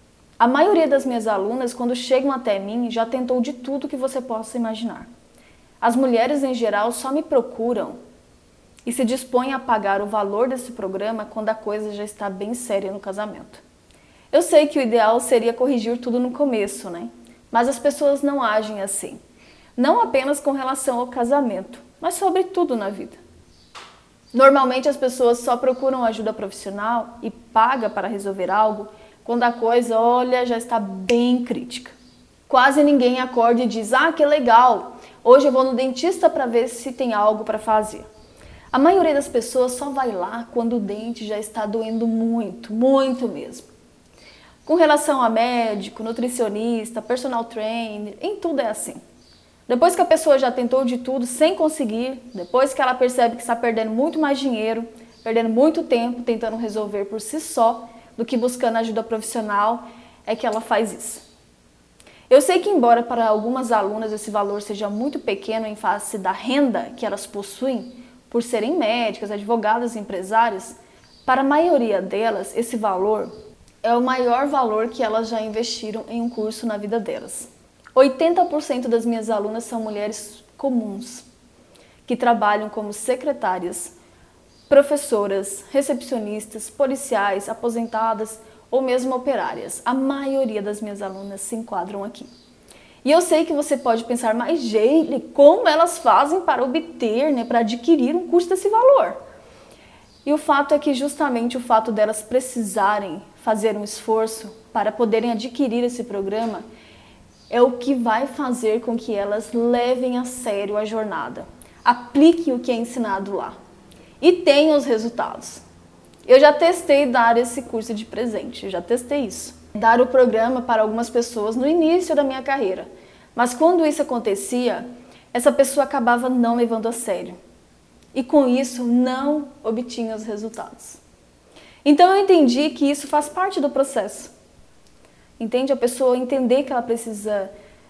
A maioria das minhas alunas, quando chegam até mim, já tentou de tudo que você possa imaginar. As mulheres, em geral, só me procuram e se dispõem a pagar o valor desse programa quando a coisa já está bem séria no casamento. Eu sei que o ideal seria corrigir tudo no começo, né? Mas as pessoas não agem assim. Não apenas com relação ao casamento, mas sobre tudo na vida. Normalmente as pessoas só procuram ajuda profissional e pagam para resolver algo quando a coisa, olha, já está bem crítica. Quase ninguém acorda e diz, ah, que legal, hoje eu vou no dentista para ver se tem algo para fazer. A maioria das pessoas só vai lá quando o dente já está doendo muito, muito mesmo. Com relação a médico, nutricionista, personal trainer, em tudo é assim. Depois que a pessoa já tentou de tudo sem conseguir, depois que ela percebe que está perdendo muito mais dinheiro, perdendo muito tempo tentando resolver por si só, do que buscando ajuda profissional, é que ela faz isso. Eu sei que embora para algumas alunas esse valor seja muito pequeno em face da renda que elas possuem, por serem médicas, advogadas e empresárias, para a maioria delas esse valor é o maior valor que elas já investiram em um curso na vida delas. 80% das minhas alunas são mulheres comuns, que trabalham como secretárias, professoras, recepcionistas, policiais, aposentadas ou mesmo operárias. A maioria das minhas alunas se enquadram aqui. E eu sei que você pode pensar, mas Geile, como elas fazem para obter, para adquirir um curso desse valor? E o fato é que justamente o fato delas precisarem fazer um esforço para poderem adquirir esse programa é o que vai fazer com que elas levem a sério a jornada, apliquem o que é ensinado lá e tenham os resultados. Eu já testei dar esse curso de presente, eu já testei isso. Dar o programa para algumas pessoas no início da minha carreira, mas quando isso acontecia, essa pessoa acabava não levando a sério e com isso não obtinha os resultados. Então eu entendi que isso faz parte do processo. Entende? A pessoa entender que ela precisa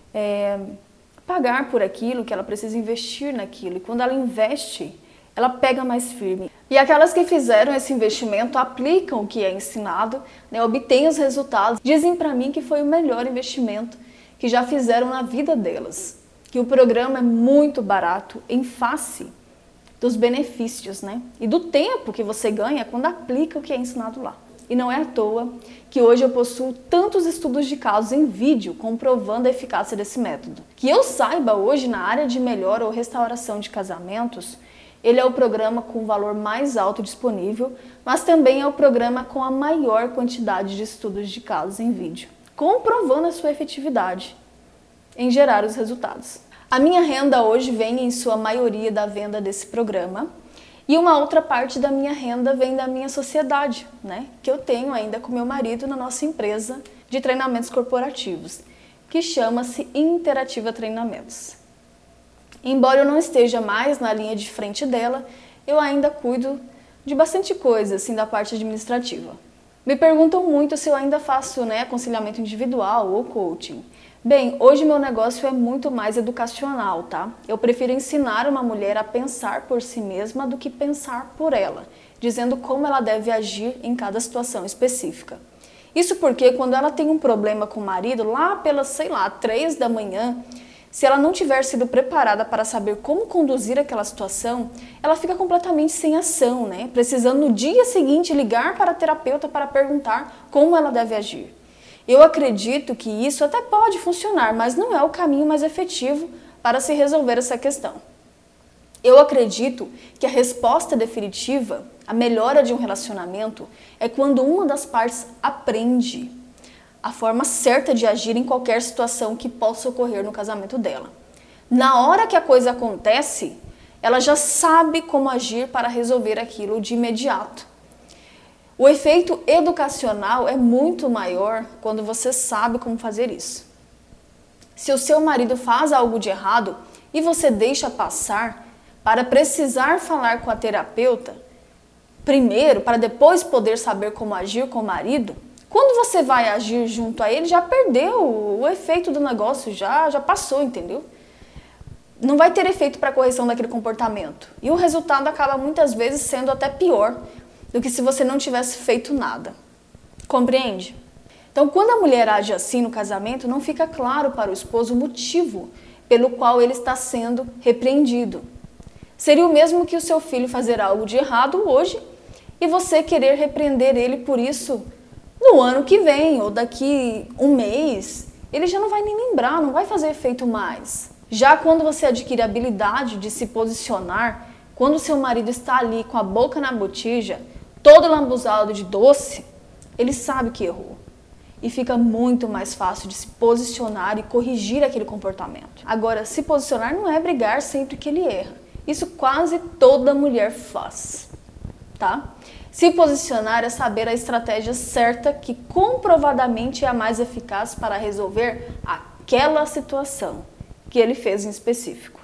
pagar por aquilo, que ela precisa investir naquilo. E quando ela investe, ela pega mais firme. E aquelas que fizeram esse investimento aplicam o que é ensinado, obtêm os resultados. Dizem para mim que foi o melhor investimento que já fizeram na vida delas. Que o programa é muito barato em face dos benefícios, e do tempo que você ganha quando aplica o que é ensinado lá. E não é à toa que hoje eu possuo tantos estudos de casos em vídeo comprovando a eficácia desse método. Que eu saiba hoje na área de melhora ou restauração de casamentos, ele é o programa com o valor mais alto disponível, mas também é o programa com a maior quantidade de estudos de casos em vídeo, comprovando a sua efetividade em gerar os resultados. A minha renda hoje vem em sua maioria da venda desse programa, e uma outra parte da minha renda vem da minha sociedade, que eu tenho ainda com meu marido na nossa empresa de treinamentos corporativos, que chama-se Interativa Treinamentos. Embora eu não esteja mais na linha de frente dela, eu ainda cuido de bastante coisa, assim, da parte administrativa. Me perguntam muito se eu ainda faço, aconselhamento individual ou coaching. Bem, hoje meu negócio é muito mais educacional, tá? Eu prefiro ensinar uma mulher a pensar por si mesma do que pensar por ela, dizendo como ela deve agir em cada situação específica. Isso porque quando ela tem um problema com o marido, lá pelas, 3 da manhã, se ela não tiver sido preparada para saber como conduzir aquela situação, ela fica completamente sem ação, precisando no dia seguinte ligar para a terapeuta para perguntar como ela deve agir. Eu acredito que isso até pode funcionar, mas não é o caminho mais efetivo para se resolver essa questão. Eu acredito que a resposta definitiva, a melhora de um relacionamento, é quando uma das partes aprende a forma certa de agir em qualquer situação que possa ocorrer no casamento dela. Na hora que a coisa acontece, ela já sabe como agir para resolver aquilo de imediato. O efeito educacional é muito maior quando você sabe como fazer isso. Se o seu marido faz algo de errado e você deixa passar para precisar falar com a terapeuta, primeiro, para depois poder saber como agir com o marido, quando você vai agir junto a ele, já perdeu o efeito do negócio, já passou, entendeu? Não vai ter efeito para a correção daquele comportamento. E o resultado acaba muitas vezes sendo até pior do que se você não tivesse feito nada. Compreende? Então, quando a mulher age assim no casamento, não fica claro para o esposo o motivo pelo qual ele está sendo repreendido. Seria o mesmo que o seu filho fazer algo de errado hoje e você querer repreender ele por isso no ano que vem ou daqui um mês. Ele já não vai nem lembrar, não vai fazer efeito mais. Já quando você adquire a habilidade de se posicionar, quando seu marido está ali com a boca na botija, todo lambuzado de doce, ele sabe que errou. E fica muito mais fácil de se posicionar e corrigir aquele comportamento. Agora, se posicionar não é brigar sempre que ele erra. Isso quase toda mulher faz, tá? Se posicionar é saber a estratégia certa que comprovadamente é a mais eficaz para resolver aquela situação que ele fez em específico.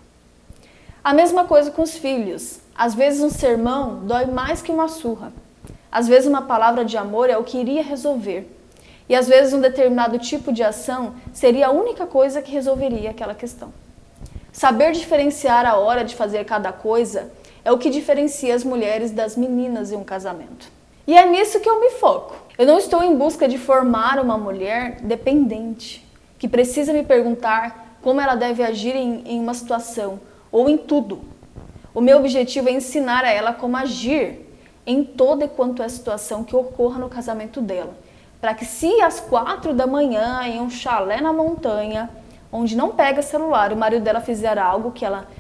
A mesma coisa com os filhos. Às vezes um sermão dói mais que uma surra. Às vezes uma palavra de amor é o que iria resolver. E às vezes um determinado tipo de ação seria a única coisa que resolveria aquela questão. Saber diferenciar a hora de fazer cada coisa é o que diferencia as mulheres das meninas em um casamento. E é nisso que eu me foco. Eu não estou em busca de formar uma mulher dependente, que precisa me perguntar como ela deve agir em uma situação ou em tudo. O meu objetivo é ensinar a ela como agir em toda e quanto é situação que ocorra no casamento dela. Para que se às 4 da manhã, em um chalé na montanha, onde não pega celular, o marido dela fizer algo que ela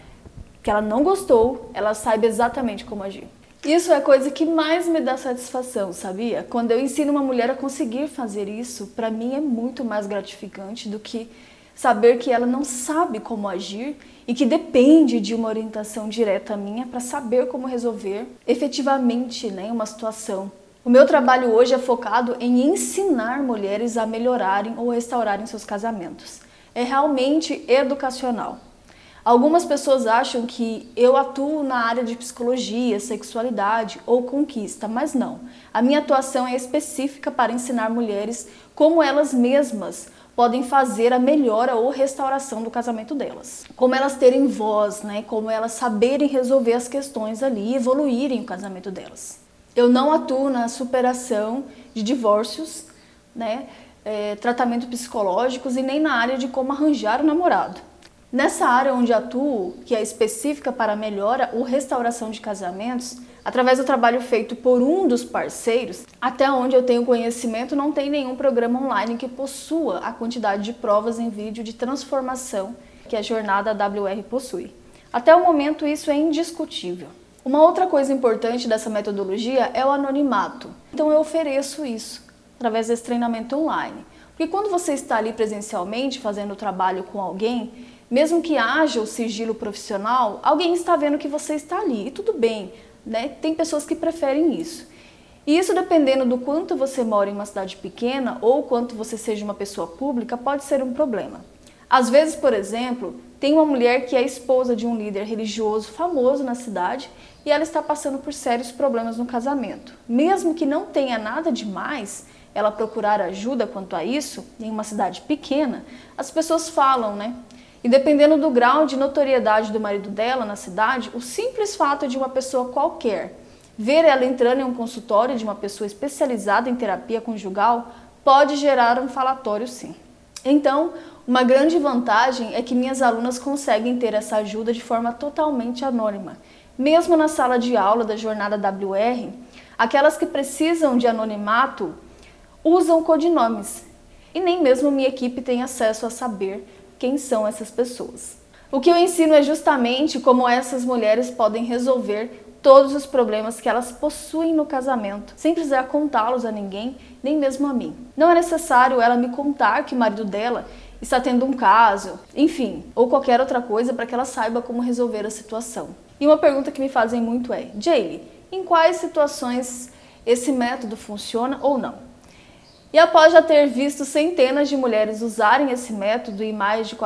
não gostou, ela saiba exatamente como agir. Isso é a coisa que mais me dá satisfação, sabia? Quando eu ensino uma mulher a conseguir fazer isso, para mim é muito mais gratificante do que saber que ela não sabe como agir e que depende de uma orientação direta minha para saber como resolver efetivamente, né, uma situação. O meu trabalho hoje é focado em ensinar mulheres a melhorarem ou restaurarem seus casamentos. É realmente educacional. Algumas pessoas acham que eu atuo na área de psicologia, sexualidade ou conquista, mas não. A minha atuação é específica para ensinar mulheres como elas mesmas podem fazer a melhora ou restauração do casamento delas. Como elas terem voz, né? Como elas saberem resolver as questões ali e evoluírem o casamento delas. Eu não atuo na superação de divórcios, né, tratamento psicológicos e nem na área de como arranjar um namorado. Nessa área onde atuo, que é específica para a melhora ou restauração de casamentos, através do trabalho feito por um dos parceiros, até onde eu tenho conhecimento, não tem nenhum programa online que possua a quantidade de provas em vídeo de transformação que a jornada WR possui. Até o momento isso é indiscutível. Uma outra coisa importante dessa metodologia é o anonimato. Então eu ofereço isso através desse treinamento online. Porque quando você está ali presencialmente fazendo o trabalho com alguém, mesmo que haja o sigilo profissional, alguém está vendo que você está ali e tudo bem, né? Tem pessoas que preferem isso. E isso, dependendo do quanto você mora em uma cidade pequena ou quanto você seja uma pessoa pública, pode ser um problema. Às vezes, por exemplo, tem uma mulher que é esposa de um líder religioso famoso na cidade e ela está passando por sérios problemas no casamento. Mesmo que não tenha nada demais ela procurar ajuda quanto a isso, em uma cidade pequena, as pessoas falam, né? E dependendo do grau de notoriedade do marido dela na cidade, o simples fato de uma pessoa qualquer ver ela entrando em um consultório de uma pessoa especializada em terapia conjugal pode gerar um falatório, sim. Então, uma grande vantagem é que minhas alunas conseguem ter essa ajuda de forma totalmente anônima. Mesmo na sala de aula da jornada WR, aquelas que precisam de anonimato usam codinomes. E nem mesmo minha equipe tem acesso a saber quem são essas pessoas. O que eu ensino é justamente como essas mulheres podem resolver todos os problemas que elas possuem no casamento, sem precisar contá-los a ninguém, nem mesmo a mim. Não é necessário ela me contar que o marido dela está tendo um caso, enfim, ou qualquer outra coisa para que ela saiba como resolver a situação. E uma pergunta que me fazem muito é: Jaylee, em quais situações esse método funciona ou não? E após já ter visto centenas de mulheres usarem esse método e mais de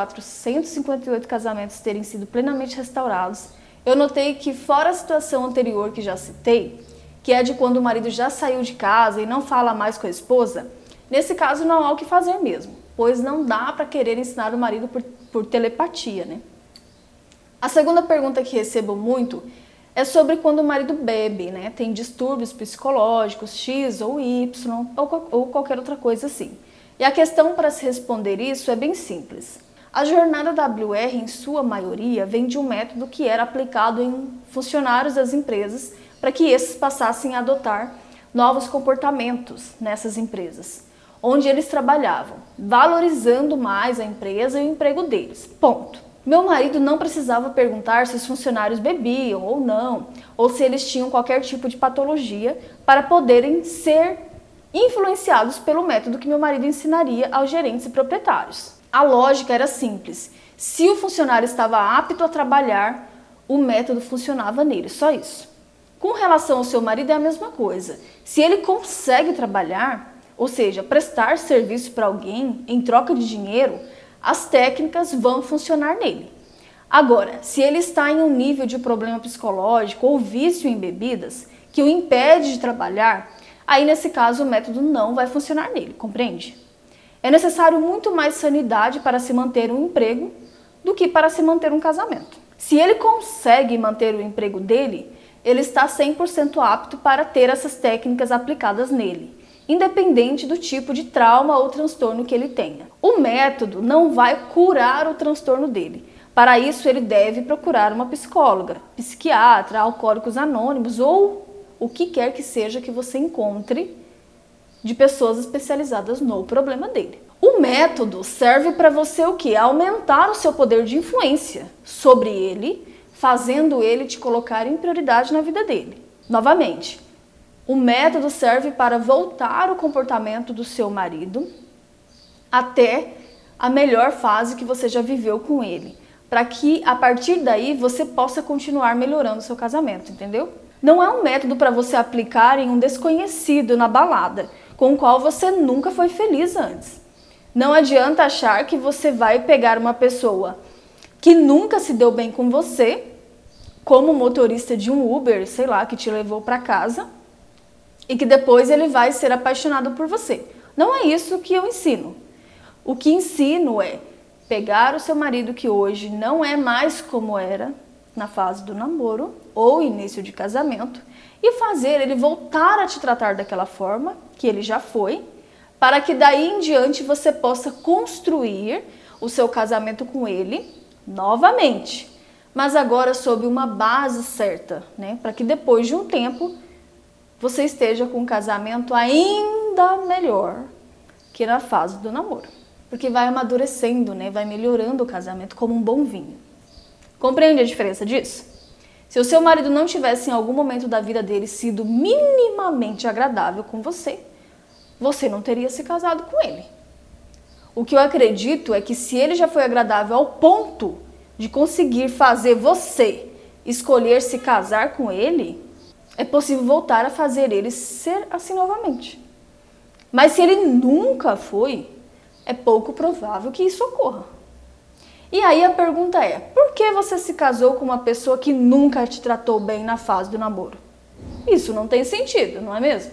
458 casamentos terem sido plenamente restaurados, eu notei que, fora a situação anterior que já citei, que é de quando o marido já saiu de casa e não fala mais com a esposa, nesse caso não há o que fazer mesmo, pois não dá para querer ensinar o marido por telepatia, né? A segunda pergunta que recebo muito é sobre quando o marido bebe, né? Tem distúrbios psicológicos, X ou Y, ou qualquer outra coisa assim. E a questão para se responder isso é bem simples. A jornada WR, em sua maioria, vem de um método que era aplicado em funcionários das empresas para que esses passassem a adotar novos comportamentos nessas empresas, onde eles trabalhavam, valorizando mais a empresa e o emprego deles. Ponto. Meu marido não precisava perguntar se os funcionários bebiam ou não, ou se eles tinham qualquer tipo de patologia para poderem ser influenciados pelo método que meu marido ensinaria aos gerentes e proprietários. A lógica era simples. Se o funcionário estava apto a trabalhar, o método funcionava nele, só isso. Com relação ao seu marido é a mesma coisa. Se ele consegue trabalhar, ou seja, prestar serviço para alguém em troca de dinheiro, as técnicas vão funcionar nele. Agora, se ele está em um nível de problema psicológico ou vício em bebidas que o impede de trabalhar, aí nesse caso o método não vai funcionar nele, compreende? É necessário muito mais sanidade para se manter um emprego do que para se manter um casamento. Se ele consegue manter o emprego dele, ele está 100% apto para ter essas técnicas aplicadas nele, independente do tipo de trauma ou transtorno que ele tenha. O método não vai curar o transtorno dele. Para isso, ele deve procurar uma psicóloga, psiquiatra, alcoólicos anônimos ou o que quer que seja que você encontre de pessoas especializadas no problema dele. O método serve para você o quê? Aumentar o seu poder de influência sobre ele, fazendo ele te colocar em prioridade na vida dele. Novamente, o método serve para voltar o comportamento do seu marido até a melhor fase que você já viveu com ele, para que a partir daí você possa continuar melhorando o seu casamento, entendeu? Não é um método para você aplicar em um desconhecido na balada, com o qual você nunca foi feliz antes. Não adianta achar que você vai pegar uma pessoa que nunca se deu bem com você, como motorista de um Uber, sei lá, que te levou para casa, e que depois ele vai ser apaixonado por você. Não é isso que eu ensino. O que ensino é pegar o seu marido que hoje não é mais como era na fase do namoro ou início de casamento e fazer ele voltar a te tratar daquela forma que ele já foi, para que daí em diante você possa construir o seu casamento com ele novamente, mas agora sob uma base certa, né? Para que depois de um tempo você esteja com um casamento ainda melhor que na fase do namoro. Porque vai amadurecendo, né? Vai melhorando o casamento como um bom vinho. Compreende a diferença disso? Se o seu marido não tivesse em algum momento da vida dele sido minimamente agradável com você, você não teria se casado com ele. O que eu acredito é que se ele já foi agradável ao ponto de conseguir fazer você escolher se casar com ele, é possível voltar a fazer ele ser assim novamente. Mas se ele nunca foi, é pouco provável que isso ocorra. E aí a pergunta é, por que você se casou com uma pessoa que nunca te tratou bem na fase do namoro? Isso não tem sentido, não é mesmo?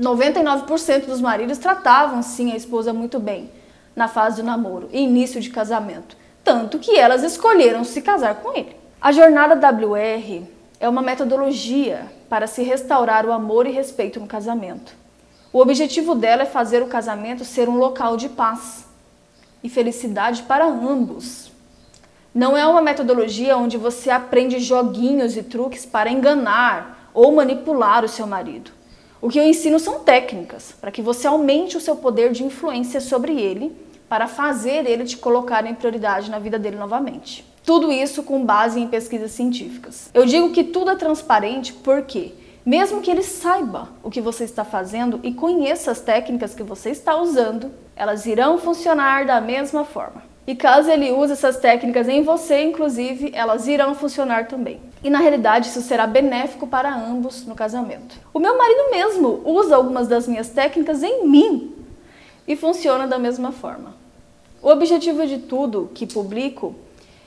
99% dos maridos tratavam sim a esposa muito bem na fase do namoro e início de casamento, tanto que elas escolheram se casar com ele. A jornada WR é uma metodologia para se restaurar o amor e respeito no casamento. O objetivo dela é fazer o casamento ser um local de paz e felicidade para ambos. Não é uma metodologia onde você aprende joguinhos e truques para enganar ou manipular o seu marido. O que eu ensino são técnicas para que você aumente o seu poder de influência sobre ele, para fazer ele te colocar em prioridade na vida dele novamente. Tudo isso com base em pesquisas científicas. Eu digo que tudo é transparente porque, mesmo que ele saiba o que você está fazendo e conheça as técnicas que você está usando, elas irão funcionar da mesma forma. E caso ele use essas técnicas em você, inclusive, elas irão funcionar também. E na realidade isso será benéfico para ambos no casamento. O meu marido mesmo usa algumas das minhas técnicas em mim e funciona da mesma forma. O objetivo de tudo que publico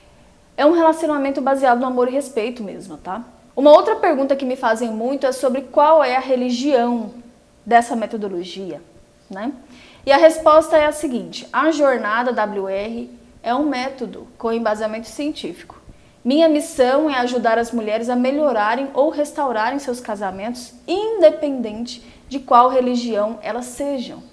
é um relacionamento baseado no amor e respeito mesmo, tá? Uma outra pergunta que me fazem muito é sobre qual é a religião dessa metodologia, né? E a resposta é a seguinte: a jornada WR é um método com embasamento científico. Minha missão é ajudar as mulheres a melhorarem ou restaurarem seus casamentos, independente de qual religião elas sejam.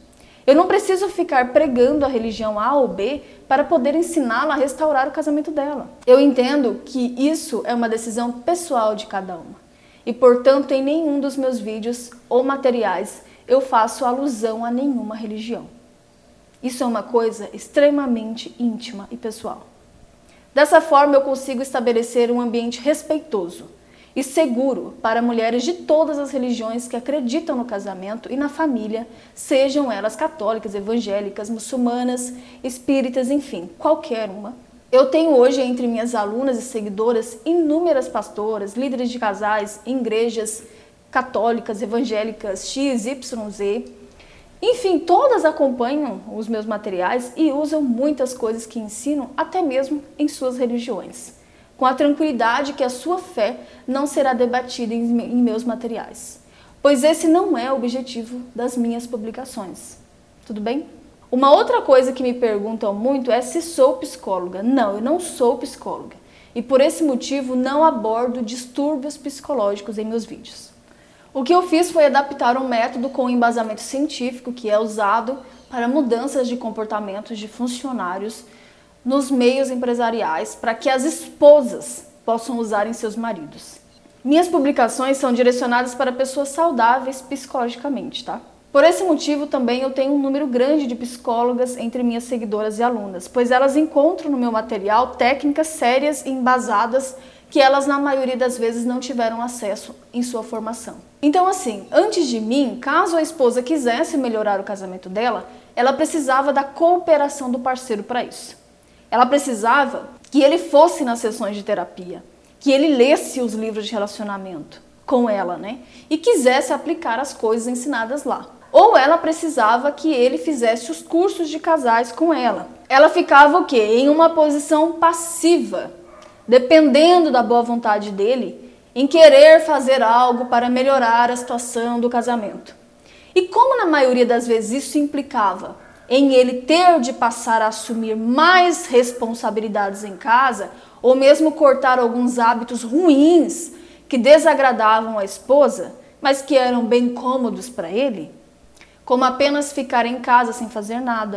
Eu não preciso ficar pregando a religião A ou B para poder ensiná-la a restaurar o casamento dela. Eu entendo que isso é uma decisão pessoal de cada uma. E, portanto, em nenhum dos meus vídeos ou materiais eu faço alusão a nenhuma religião. Isso é uma coisa extremamente íntima e pessoal. Dessa forma, eu consigo estabelecer um ambiente respeitoso e seguro para mulheres de todas as religiões que acreditam no casamento e na família, sejam elas católicas, evangélicas, muçulmanas, espíritas, enfim, qualquer uma. Eu tenho hoje entre minhas alunas e seguidoras inúmeras pastoras, líderes de casais, em igrejas católicas, evangélicas, X, Y, Z. Enfim, todas acompanham os meus materiais e usam muitas coisas que ensino, até mesmo em suas religiões, com a tranquilidade que a sua fé não será debatida em meus materiais, pois esse não é o objetivo das minhas publicações. Tudo bem? Uma outra coisa que me perguntam muito é se sou psicóloga. Não, eu não sou psicóloga e por esse motivo não abordo distúrbios psicológicos em meus vídeos. O que eu fiz foi adaptar um método com embasamento científico que é usado para mudanças de comportamentos de funcionários nos meios empresariais para que as esposas possam usar em seus maridos. Minhas publicações são direcionadas para pessoas saudáveis psicologicamente, tá? Por esse motivo também eu tenho um número grande de psicólogas entre minhas seguidoras e alunas, pois elas encontram no meu material técnicas sérias e embasadas que elas na maioria das vezes não tiveram acesso em sua formação. Então assim, antes de mim, caso a esposa quisesse melhorar o casamento dela, ela precisava da cooperação do parceiro para isso. Ela precisava que ele fosse nas sessões de terapia, que ele lesse os livros de relacionamento com ela, né? E quisesse aplicar as coisas ensinadas lá. Ou ela precisava que ele fizesse os cursos de casais com ela. Ela ficava o quê? Em uma posição passiva, dependendo da boa vontade dele, em querer fazer algo para melhorar a situação do casamento. E como na maioria das vezes isso implicava em ele ter de passar a assumir mais responsabilidades em casa, ou mesmo cortar alguns hábitos ruins que desagradavam a esposa, mas que eram bem cômodos para ele, como apenas ficar em casa sem fazer nada,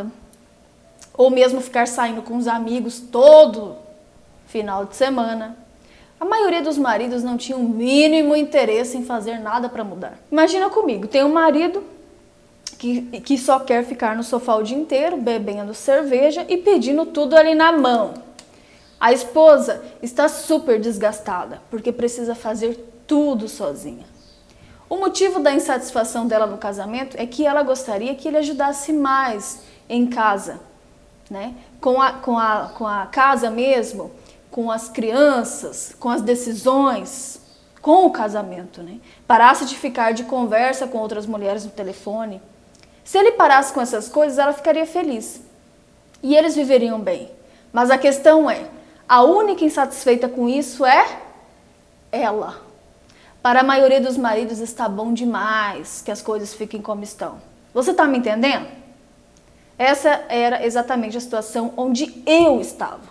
ou mesmo ficar saindo com os amigos todo final de semana. A maioria dos maridos não tinha o mínimo interesse em fazer nada para mudar. Imagina comigo, tem um marido que só quer ficar no sofá o dia inteiro, bebendo cerveja e pedindo tudo ali na mão. A esposa está super desgastada, porque precisa fazer tudo sozinha. O motivo da insatisfação dela no casamento é que ela gostaria que ele ajudasse mais em casa, né? Com a casa mesmo, com as crianças, com as decisões, com o casamento, né? Parasse de ficar de conversa com outras mulheres no telefone. Se ele parasse com essas coisas, ela ficaria feliz. E eles viveriam bem. Mas a questão é, a única insatisfeita com isso é ela. Para a maioria dos maridos está bom demais que as coisas fiquem como estão. Você está me entendendo? Essa era exatamente a situação onde eu estava.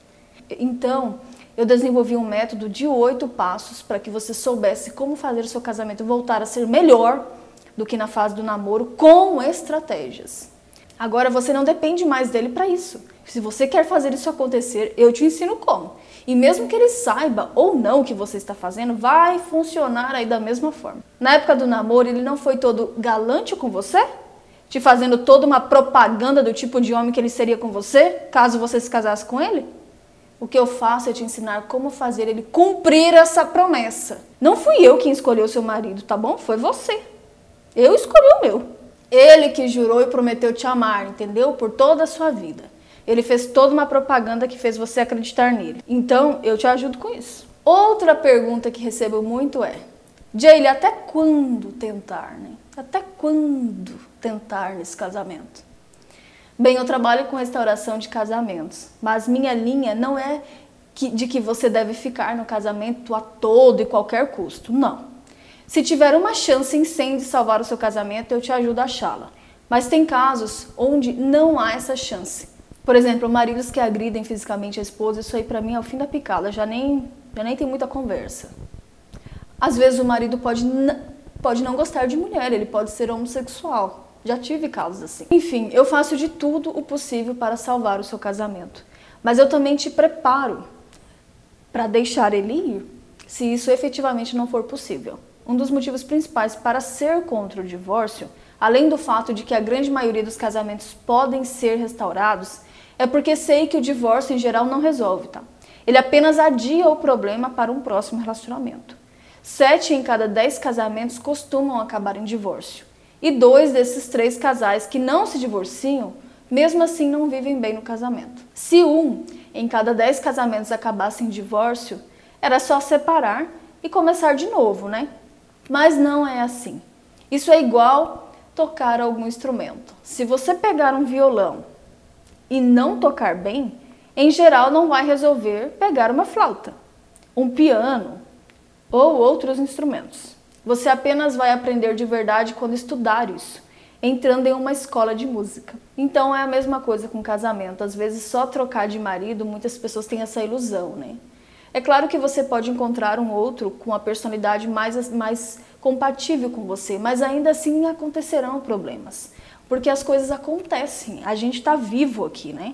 Então, eu desenvolvi um método de 8 passos para que você soubesse como fazer o seu casamento voltar a ser melhor do que na fase do namoro, com estratégias. Agora você não depende mais dele para isso. Se você quer fazer isso acontecer, eu te ensino como. E mesmo que ele saiba ou não o que você está fazendo, vai funcionar aí da mesma forma. Na época do namoro, ele não foi todo galante com você? Te fazendo toda uma propaganda do tipo de homem que ele seria com você, caso você se casasse com ele? O que eu faço é te ensinar como fazer ele cumprir essa promessa. Não fui eu quem escolheu o seu marido, tá bom? Foi você. Eu escolhi o meu. Ele que jurou e prometeu te amar, entendeu? Por toda a sua vida. Ele fez toda uma propaganda que fez você acreditar nele. Então, eu te ajudo com isso. Outra pergunta que recebo muito é: Jaylee, até quando tentar, né? Até quando tentar nesse casamento? Bem, eu trabalho com restauração de casamentos, mas minha linha não é de que você deve ficar no casamento a todo e qualquer custo. Não. Se tiver uma chance em 100 de salvar o seu casamento, eu te ajudo a achá-la. Mas tem casos onde não há essa chance. Por exemplo, maridos que agridem fisicamente a esposa, isso aí pra mim é o fim da picada, já nem tem muita conversa. Às vezes o marido pode não gostar de mulher, ele pode ser homossexual. Já tive casos assim. Enfim, eu faço de tudo o possível para salvar o seu casamento. Mas eu também te preparo para deixar ele ir, se isso efetivamente não for possível. Um dos motivos principais para ser contra o divórcio, além do fato de que a grande maioria dos casamentos podem ser restaurados, é porque sei que o divórcio em geral não resolve, tá? Ele apenas adia o problema para um próximo relacionamento. 7 em cada 10 casamentos costumam acabar em divórcio. E 2 desses 3 casais que não se divorciam, mesmo assim não vivem bem no casamento. Se 1 em cada 10 casamentos acabasse em divórcio, era só separar e começar de novo, né? Mas não é assim. Isso é igual tocar algum instrumento. Se você pegar um violão e não tocar bem, em geral não vai resolver pegar uma flauta, um piano ou outros instrumentos. Você apenas vai aprender de verdade quando estudar isso, entrando em uma escola de música. Então é a mesma coisa com casamento. Às vezes só trocar de marido, muitas pessoas têm essa ilusão, né? É claro que você pode encontrar um outro com a personalidade mais compatível com você, mas ainda assim acontecerão problemas. Porque as coisas acontecem, a gente está vivo aqui, né?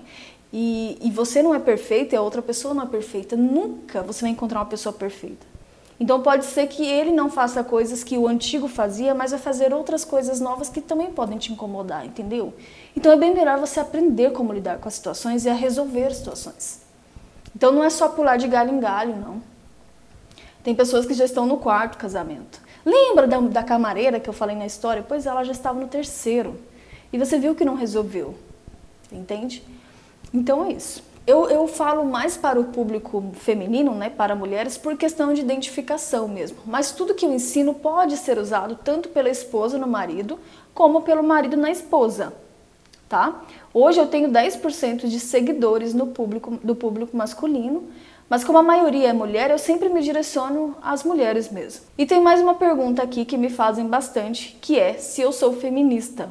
E você não é perfeito e a outra pessoa não é perfeita. Nunca você vai encontrar uma pessoa perfeita. Então pode ser que ele não faça coisas que o antigo fazia, mas vai fazer outras coisas novas que também podem te incomodar, entendeu? Então é bem melhor você aprender como lidar com as situações e a resolver situações. Então não é só pular de galho em galho, não. Tem pessoas que já estão no 4º casamento. Lembra da camareira que eu falei na história? Pois ela já estava no 3º. E você viu que não resolveu, entende? Então é isso. Eu falo mais para o público feminino, né, para mulheres, por questão de identificação mesmo. Mas tudo que eu ensino pode ser usado tanto pela esposa no marido, como pelo marido na esposa, tá? Hoje eu tenho 10% de seguidores do público masculino, mas como a maioria é mulher, eu sempre me direciono às mulheres mesmo. E tem mais uma pergunta aqui que me fazem bastante, que é se eu sou feminista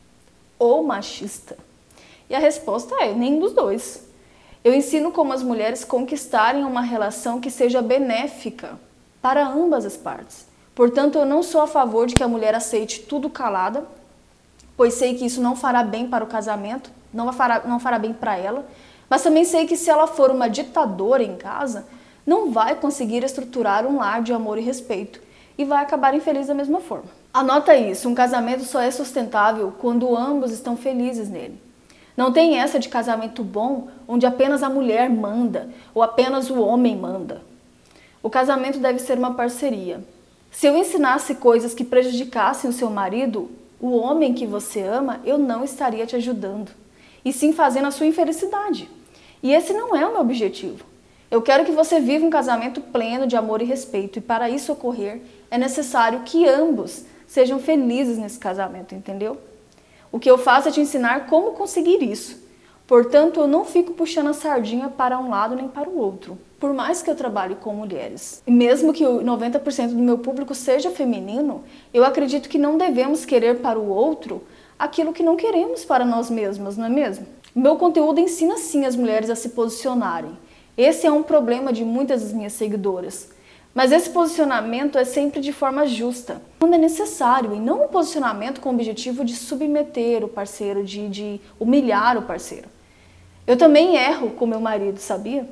ou machista. E a resposta é nenhum dos dois. Eu ensino como as mulheres conquistarem uma relação que seja benéfica para ambas as partes. Portanto, eu não sou a favor de que a mulher aceite tudo calada, pois sei que isso não fará bem para o casamento, não fará bem para ela, mas também sei que se ela for uma ditadora em casa, não vai conseguir estruturar um lar de amor e respeito e vai acabar infeliz da mesma forma. Anota isso, um casamento só é sustentável quando ambos estão felizes nele. Não tem essa de casamento bom onde apenas a mulher manda ou apenas o homem manda. O casamento deve ser uma parceria. Se eu ensinasse coisas que prejudicassem o seu marido, o homem que você ama, eu não estaria te ajudando, e sim fazendo a sua infelicidade. E esse não é o meu objetivo. Eu quero que você viva um casamento pleno de amor e respeito, e para isso ocorrer, é necessário que ambos sejam felizes nesse casamento, entendeu? O que eu faço é te ensinar como conseguir isso. Portanto, eu não fico puxando a sardinha para um lado nem para o outro. Por mais que eu trabalhe com mulheres, e mesmo que 90% do meu público seja feminino, eu acredito que não devemos querer para o outro aquilo que não queremos para nós mesmas, não é mesmo? Meu conteúdo ensina sim as mulheres a se posicionarem. Esse é um problema de muitas das minhas seguidoras. Mas esse posicionamento é sempre de forma justa, quando é necessário, e não um posicionamento com o objetivo de submeter o parceiro, de humilhar o parceiro. Eu também erro com meu marido, sabia?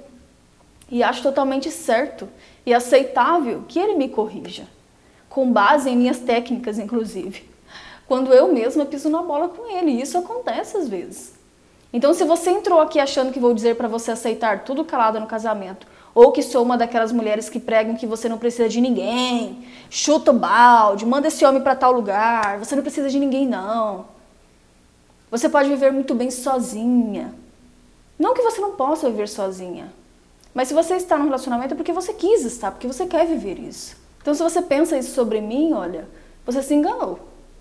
E acho totalmente certo e aceitável que ele me corrija, com base em minhas técnicas, inclusive, quando eu mesma piso na bola com ele, e isso acontece às vezes. Então, se você entrou aqui achando que vou dizer para você aceitar tudo calado no casamento, ou que sou uma daquelas mulheres que pregam que você não precisa de ninguém, chuta o balde, manda esse homem para tal lugar, você não precisa de ninguém não. Você pode viver muito bem sozinha. Não que você não possa viver sozinha, mas se você está num relacionamento é porque você quis estar, porque você quer viver isso. Então se você pensa isso sobre mim, olha, você se enganou.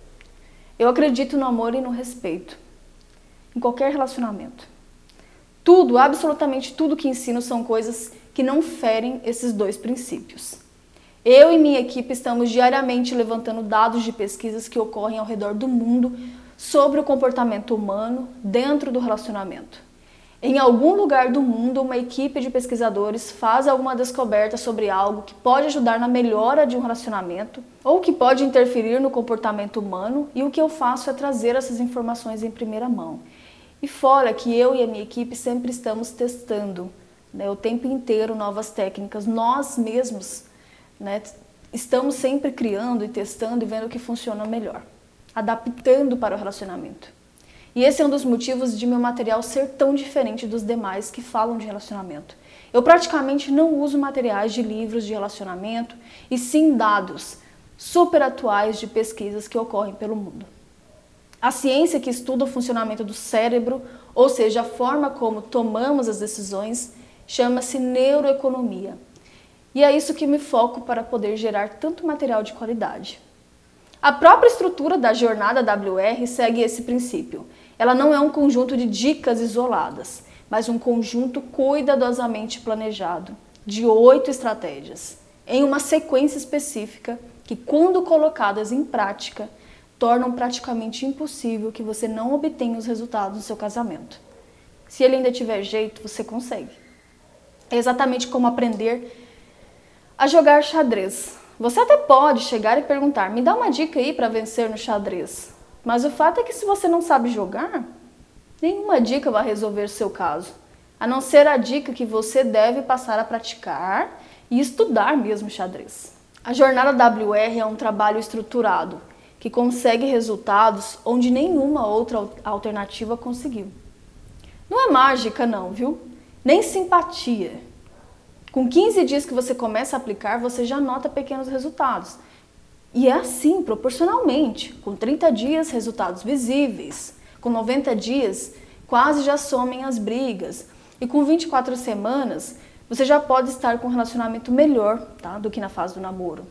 Eu acredito no amor e no respeito, em qualquer relacionamento. Tudo, absolutamente tudo que ensino são coisas que não ferem esses 2 princípios. Eu e minha equipe estamos diariamente levantando dados de pesquisas que ocorrem ao redor do mundo sobre o comportamento humano dentro do relacionamento. Em algum lugar do mundo, uma equipe de pesquisadores faz alguma descoberta sobre algo que pode ajudar na melhora de um relacionamento ou que pode interferir no comportamento humano, e o que eu faço é trazer essas informações em primeira mão. E fora que eu e a minha equipe sempre estamos testando, né, o tempo inteiro novas técnicas, nós mesmos, né, estamos sempre criando e testando e vendo o que funciona melhor, adaptando para o relacionamento. E esse é um dos motivos de meu material ser tão diferente dos demais que falam de relacionamento. Eu praticamente não uso materiais de livros de relacionamento, e sim dados super atuais de pesquisas que ocorrem pelo mundo. A ciência que estuda o funcionamento do cérebro, ou seja, a forma como tomamos as decisões, chama-se neuroeconomia. E é isso que me foco para poder gerar tanto material de qualidade. A própria estrutura da jornada WR segue esse princípio. Ela não é um conjunto de dicas isoladas, mas um conjunto cuidadosamente planejado de 8 estratégias, em uma sequência específica que, quando colocadas em prática, tornam praticamente impossível que você não obtenha os resultados do seu casamento. Se ele ainda tiver jeito, você consegue. É exatamente como aprender a jogar xadrez. Você até pode chegar e perguntar, me dá uma dica aí para vencer no xadrez. Mas o fato é que se você não sabe jogar, nenhuma dica vai resolver o seu caso. A não ser a dica que você deve passar a praticar e estudar mesmo xadrez. A jornada WR é um trabalho estruturado, que consegue resultados onde nenhuma outra alternativa conseguiu. Não é mágica não, viu? Nem simpatia. Com 15 dias que você começa a aplicar, você já nota pequenos resultados. E é assim, proporcionalmente. Com 30 dias, resultados visíveis. Com 90 dias, quase já somem as brigas. E com 24 semanas, você já pode estar com um relacionamento melhor, tá, do que na fase do namoro.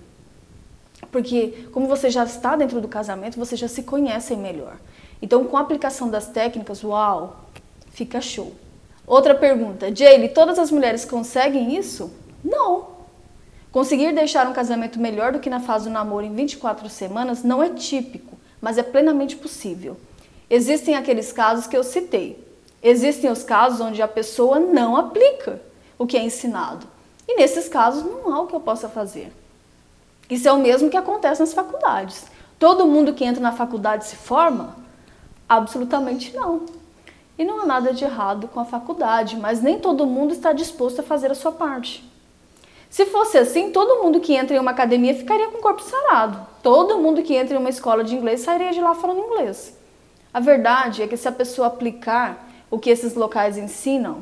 Porque, como você já está dentro do casamento, você já se conhecem melhor. Então, com a aplicação das técnicas, uau, fica show. Outra pergunta, Jaylee, todas as mulheres conseguem isso? Não. Conseguir deixar um casamento melhor do que na fase do namoro em 24 semanas não é típico, mas é plenamente possível. Existem aqueles casos que eu citei. Existem os casos onde a pessoa não aplica o que é ensinado. E nesses casos não há o que eu possa fazer. Isso é o mesmo que acontece nas faculdades. Todo mundo que entra na faculdade se forma? Absolutamente não. E não há nada de errado com a faculdade, mas nem todo mundo está disposto a fazer a sua parte. Se fosse assim, todo mundo que entra em uma academia ficaria com o corpo sarado. Todo mundo que entra em uma escola de inglês sairia de lá falando inglês. A verdade é que se a pessoa aplicar o que esses locais ensinam,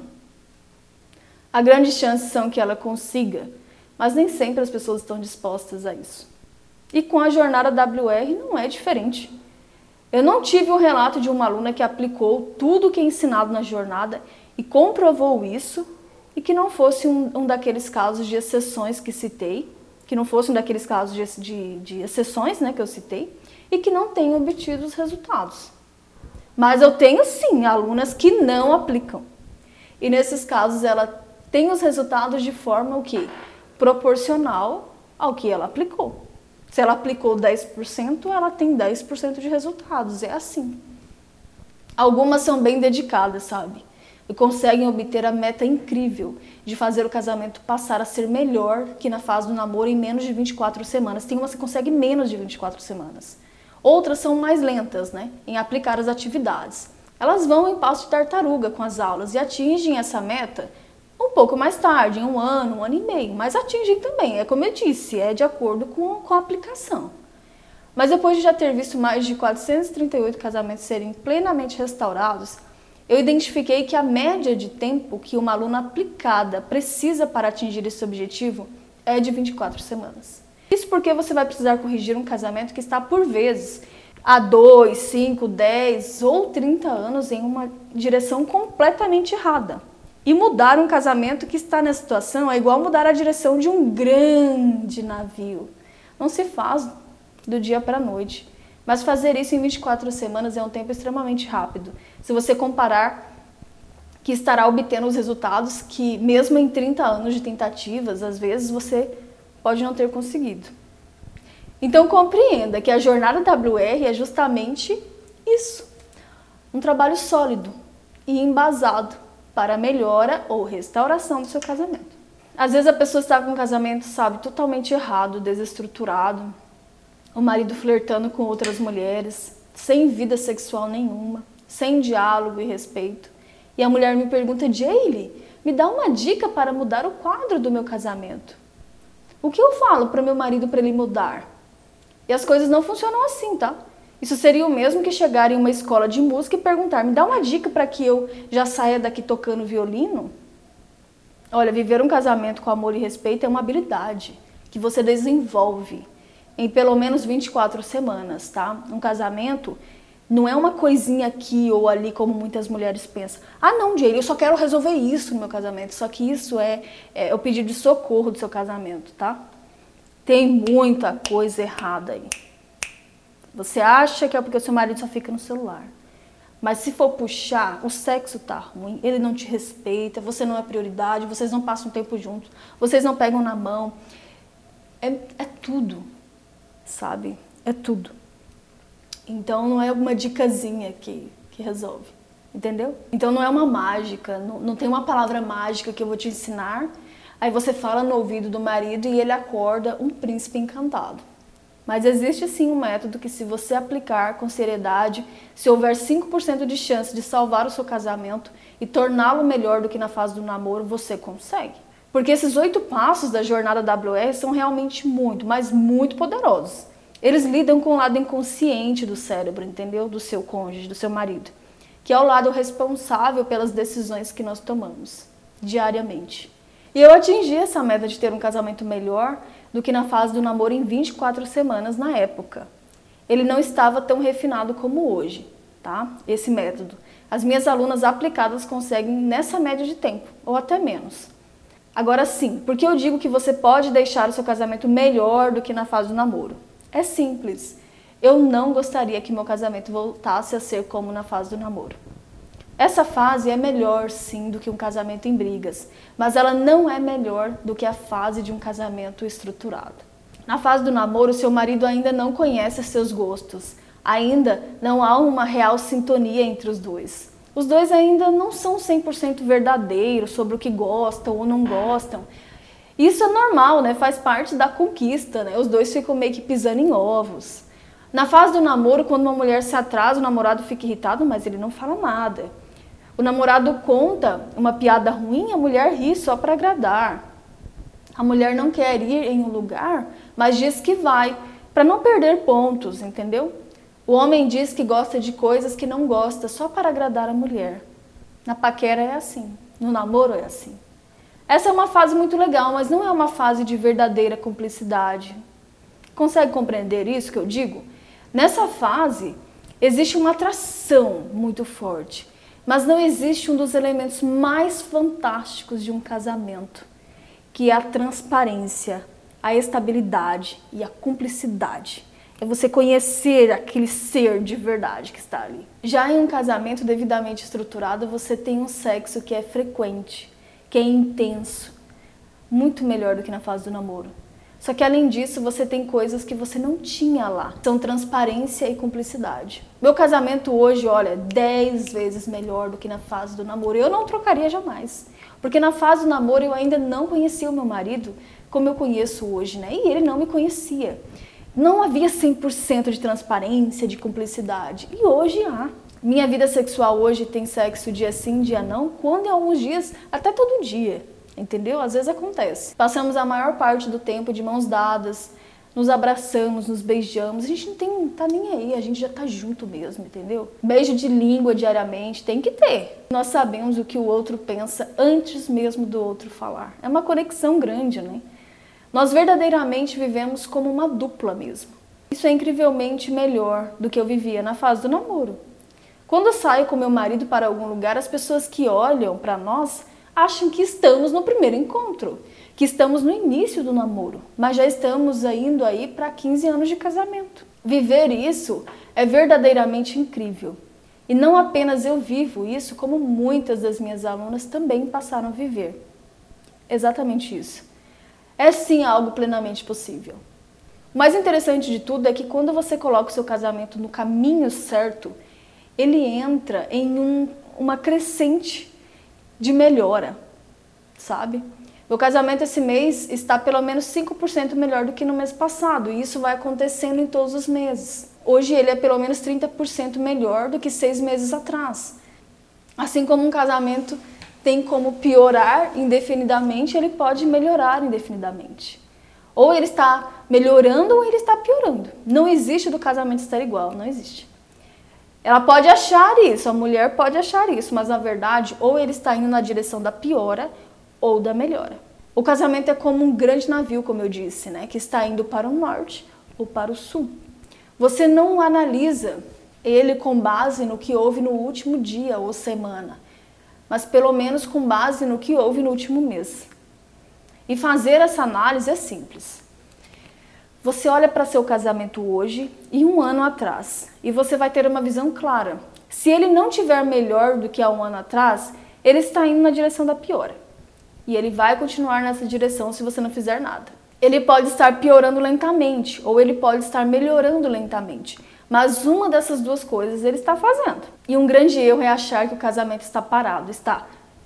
há grandes chances são que ela consiga, mas nem sempre as pessoas estão dispostas a isso. E com a jornada WR não é diferente. Eu não tive um relato de uma aluna que aplicou tudo o que é ensinado na jornada e comprovou isso, e que não fosse um daqueles casos de exceções que citei, que não fosse um daqueles casos de exceções, né, que eu citei, e que não tenha obtido os resultados. Mas eu tenho sim alunas que não aplicam. E nesses casos ela tem os resultados de forma o quê? Proporcional ao que ela aplicou. Se ela aplicou 10%, ela tem 10% de resultados, é assim. Algumas são bem dedicadas, sabe? E conseguem obter a meta incrível de fazer o casamento passar a ser melhor que na fase do namoro em menos de 24 semanas. Tem umas que conseguem menos de 24 semanas. Outras são mais lentas, né, em aplicar as atividades. Elas vão em passo de tartaruga com as aulas e atingem essa meta um pouco mais tarde, em um ano e meio, mas atingem também, é como eu disse, é de acordo com a aplicação. Mas depois de já ter visto mais de 438 casamentos serem plenamente restaurados, eu identifiquei que a média de tempo que uma aluna aplicada precisa para atingir esse objetivo é de 24 semanas. Isso porque você vai precisar corrigir um casamento que está, por vezes, há 2, 5, 10 ou 30 anos em uma direção completamente errada. E mudar um casamento que está nessa situação é igual mudar a direção de um grande navio. Não se faz do dia para a noite. Mas fazer isso em 24 semanas é um tempo extremamente rápido. Se você comparar que estará obtendo os resultados que, mesmo em 30 anos de tentativas, às vezes você pode não ter conseguido. Então compreenda que a jornada WR é justamente isso. Um trabalho sólido e embasado para a melhora ou restauração do seu casamento. Às vezes a pessoa está com um casamento, sabe, totalmente errado, desestruturado, o marido flertando com outras mulheres, sem vida sexual nenhuma, sem diálogo e respeito. E a mulher me pergunta: Jaylee, me dá uma dica para mudar o quadro do meu casamento. O que eu falo para meu marido para ele mudar? E as coisas não funcionam assim, tá? Isso seria o mesmo que chegar em uma escola de música e perguntar: me dá uma dica para que eu já saia daqui tocando violino? Olha, viver um casamento com amor e respeito é uma habilidade que você desenvolve em pelo menos 24 semanas, tá? Um casamento não é uma coisinha aqui ou ali como muitas mulheres pensam. Ah não, Jaylee, eu só quero resolver isso no meu casamento. Só que isso é o pedido de socorro do seu casamento, tá? Tem muita coisa errada aí. Você acha que é porque o seu marido só fica no celular. Mas se for puxar, o sexo tá ruim, ele não te respeita, você não é prioridade, vocês não passam tempo juntos, vocês não pegam na mão. É tudo, sabe? É tudo. Então não é uma dicasinha que resolve, entendeu? Então não é uma mágica, não tem uma palavra mágica que eu vou te ensinar, aí você fala no ouvido do marido e ele acorda um príncipe encantado. Mas existe sim um método que, se você aplicar com seriedade, se houver 5% de chance de salvar o seu casamento e torná-lo melhor do que na fase do namoro, você consegue. Porque esses 8 passos da jornada WR são realmente muito, mas muito poderosos. Eles lidam com o lado inconsciente do cérebro, entendeu? Do seu cônjuge, do seu marido, que é o lado responsável pelas decisões que nós tomamos diariamente. E eu atingi essa meta de ter um casamento melhor do que na fase do namoro em 24 semanas na época. Ele não estava tão refinado como hoje, tá? Esse método. As minhas alunas aplicadas conseguem nessa média de tempo, ou até menos. Agora sim, por que eu digo que você pode deixar o seu casamento melhor do que na fase do namoro? É simples. Eu não gostaria que meu casamento voltasse a ser como na fase do namoro. Essa fase é melhor sim do que um casamento em brigas, mas ela não é melhor do que a fase de um casamento estruturado. Na fase do namoro, seu marido ainda não conhece seus gostos, ainda não há uma real sintonia entre os dois. Os dois ainda não são 100% verdadeiros sobre o que gostam ou não gostam. Isso é normal, né? Faz parte da conquista, né? Os dois ficam meio que pisando em ovos. Na fase do namoro, quando uma mulher se atrasa, o namorado fica irritado, mas ele não fala nada. O namorado conta uma piada ruim, a mulher ri só para agradar. A mulher não quer ir em um lugar, mas diz que vai, para não perder pontos, entendeu? O homem diz que gosta de coisas que não gosta, só para agradar a mulher. Na paquera é assim, no namoro é assim. Essa é uma fase muito legal, mas não é uma fase de verdadeira cumplicidade. Consegue compreender isso que eu digo? Nessa fase, existe uma atração muito forte. Mas não existe um dos elementos mais fantásticos de um casamento, que é a transparência, a estabilidade e a cumplicidade. É você conhecer aquele ser de verdade que está ali. Já em um casamento devidamente estruturado, você tem um sexo que é frequente, que é intenso, muito melhor do que na fase do namoro. Só que além disso, você tem coisas que você não tinha lá. São transparência e cumplicidade. Meu casamento hoje, olha, 10 vezes melhor do que na fase do namoro. Eu não trocaria jamais. Porque na fase do namoro eu ainda não conhecia o meu marido como eu conheço hoje, né? E ele não me conhecia. Não havia 100% de transparência, de cumplicidade. E hoje há. Minha vida sexual hoje tem sexo dia sim, dia não, quando em alguns dias, até todo dia. Entendeu? Às vezes acontece. Passamos a maior parte do tempo de mãos dadas, nos abraçamos, nos beijamos. A gente não tá nem aí, a gente já tá junto mesmo, entendeu? Beijo de língua diariamente, tem que ter. Nós sabemos o que o outro pensa antes mesmo do outro falar. É uma conexão grande, né? Nós verdadeiramente vivemos como uma dupla mesmo. Isso é incrivelmente melhor do que eu vivia na fase do namoro. Quando eu saio com meu marido para algum lugar, as pessoas que olham para nós acham que estamos no primeiro encontro, que estamos no início do namoro, mas já estamos indo aí para 15 anos de casamento. Viver isso é verdadeiramente incrível. E não apenas eu vivo isso, como muitas das minhas alunas também passaram a viver. Exatamente isso. É sim algo plenamente possível. O mais interessante de tudo é que quando você coloca o seu casamento no caminho certo, ele entra em uma crescente de melhora, sabe? Meu casamento esse mês está pelo menos 5% melhor do que no mês passado, e isso vai acontecendo em todos os meses. Hoje ele é pelo menos 30% melhor do que 6 meses atrás. Assim como um casamento tem como piorar indefinidamente, ele pode melhorar indefinidamente. Ou ele está melhorando ou ele está piorando. Não existe do casamento estar igual, não existe. Ela pode achar isso, a mulher pode achar isso, mas na verdade, ou ele está indo na direção da piora ou da melhora. O casamento é como um grande navio, como eu disse, né, que está indo para o norte ou para o sul. Você não analisa ele com base no que houve no último dia ou semana, mas pelo menos com base no que houve no último mês. E fazer essa análise é simples. Você olha para seu casamento hoje e um ano atrás, e você vai ter uma visão clara. Se ele não tiver melhor do que há um ano atrás, ele está indo na direção da piora. E ele vai continuar nessa direção se você não fizer nada. Ele pode estar piorando lentamente, ou ele pode estar melhorando lentamente. Mas uma dessas duas coisas ele está fazendo. E um grande erro é achar que o casamento está parado, está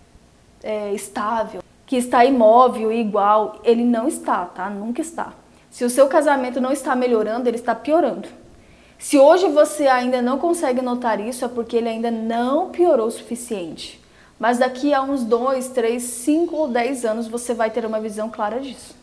estável, que está imóvel e igual. Ele não está, tá? Nunca está. Se o seu casamento não está melhorando, ele está piorando. Se hoje você ainda não consegue notar isso, é porque ele ainda não piorou o suficiente. Mas daqui a uns 2, 3, 5 ou 10 anos você vai ter uma visão clara disso.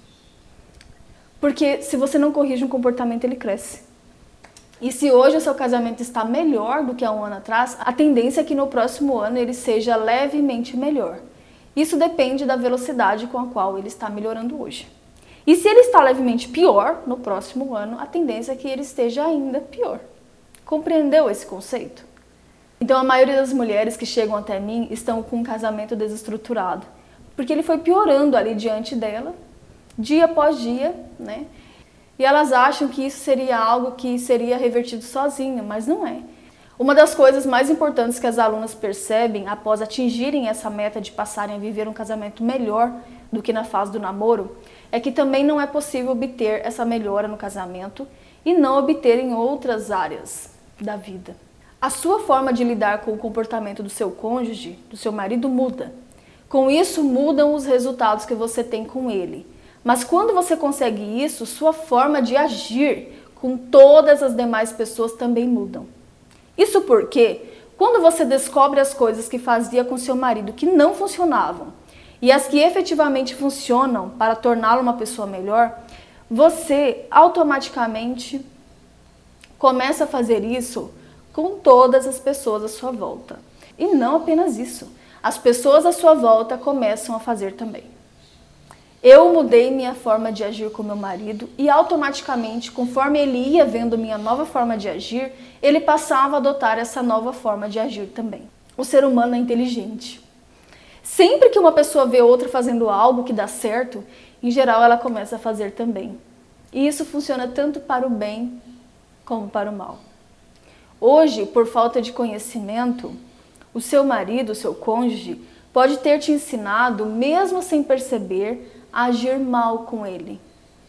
Porque se você não corrige um comportamento, ele cresce. E se hoje o seu casamento está melhor do que há um ano atrás, a tendência é que no próximo ano ele seja levemente melhor. Isso depende da velocidade com a qual ele está melhorando hoje. E se ele está levemente pior no próximo ano, a tendência é que ele esteja ainda pior. Compreendeu esse conceito? Então a maioria das mulheres que chegam até mim estão com um casamento desestruturado, porque ele foi piorando ali diante dela, dia após dia, né? E elas acham que isso seria algo que seria revertido sozinho, mas não é. Uma das coisas mais importantes que as alunas percebem após atingirem essa meta de passarem a viver um casamento melhor do que na fase do namoro, é que também não é possível obter essa melhora no casamento e não obter em outras áreas da vida. A sua forma de lidar com o comportamento do seu cônjuge, do seu marido, muda. Com isso, mudam os resultados que você tem com ele. Mas quando você consegue isso, sua forma de agir com todas as demais pessoas também mudam. Isso porque, quando você descobre as coisas que fazia com seu marido que não funcionavam e as que efetivamente funcionam para torná-lo uma pessoa melhor, você automaticamente começa a fazer isso com todas as pessoas à sua volta. E não apenas isso, as pessoas à sua volta começam a fazer também. Eu mudei minha forma de agir com meu marido e automaticamente, conforme ele ia vendo minha nova forma de agir, ele passava a adotar essa nova forma de agir também. O ser humano é inteligente. Sempre que uma pessoa vê outra fazendo algo que dá certo, em geral ela começa a fazer também. E isso funciona tanto para o bem como para o mal. Hoje, por falta de conhecimento, o seu marido, o seu cônjuge, pode ter te ensinado, mesmo sem perceber, a agir mal com ele.